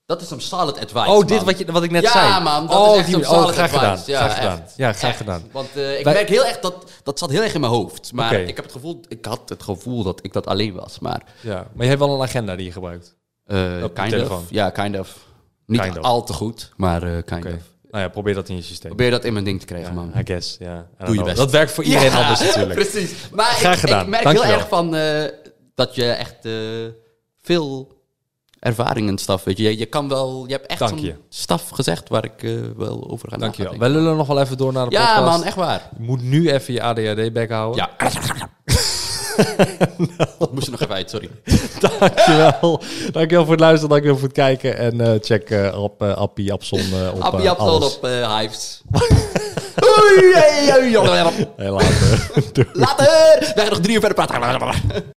Dat is some solid advice, Oh, dit man. wat ik net zei. Ja, man, dat is echt some solid graag advice. gedaan. Graag gedaan. Ja, graag gedaan. Want ik merk heel erg dat zat heel erg in mijn hoofd. Maar Oké. ik had het gevoel dat ik dat alleen was. Maar Ja, maar je hebt wel een agenda die je gebruikt. Op je kind telefoon. of. Ja, kind of. Niet Kind of. al te goed, maar kind Oké. of. Nou ja, probeer dat in je systeem. Probeer dat in mijn ding te krijgen, man. I guess, ja. I don't Doe je know. best. Dat werkt voor iedereen Ja, anders natuurlijk. Precies. Maar Graag gedaan. ik merk Dankjewel. heel erg van dat je echt veel ervaring en stuff, weet je. Je kan wel, je hebt echt Dank je. zo'n staf gezegd waar ik wel over ga Dankjewel. nadenken. Wij lullen nog wel even door naar de podcast. Ja, man, echt waar. Je moet nu even je ADHD-bek houden. Ja. Dat moest er nog even uit, sorry. Dankjewel. Dankjewel voor het luisteren, dankjewel voor het kijken. En check Appie Abson op Appie Abson alles. op Hives. Oei, Heel later. Later! We gaan nog 3 uur verder praten.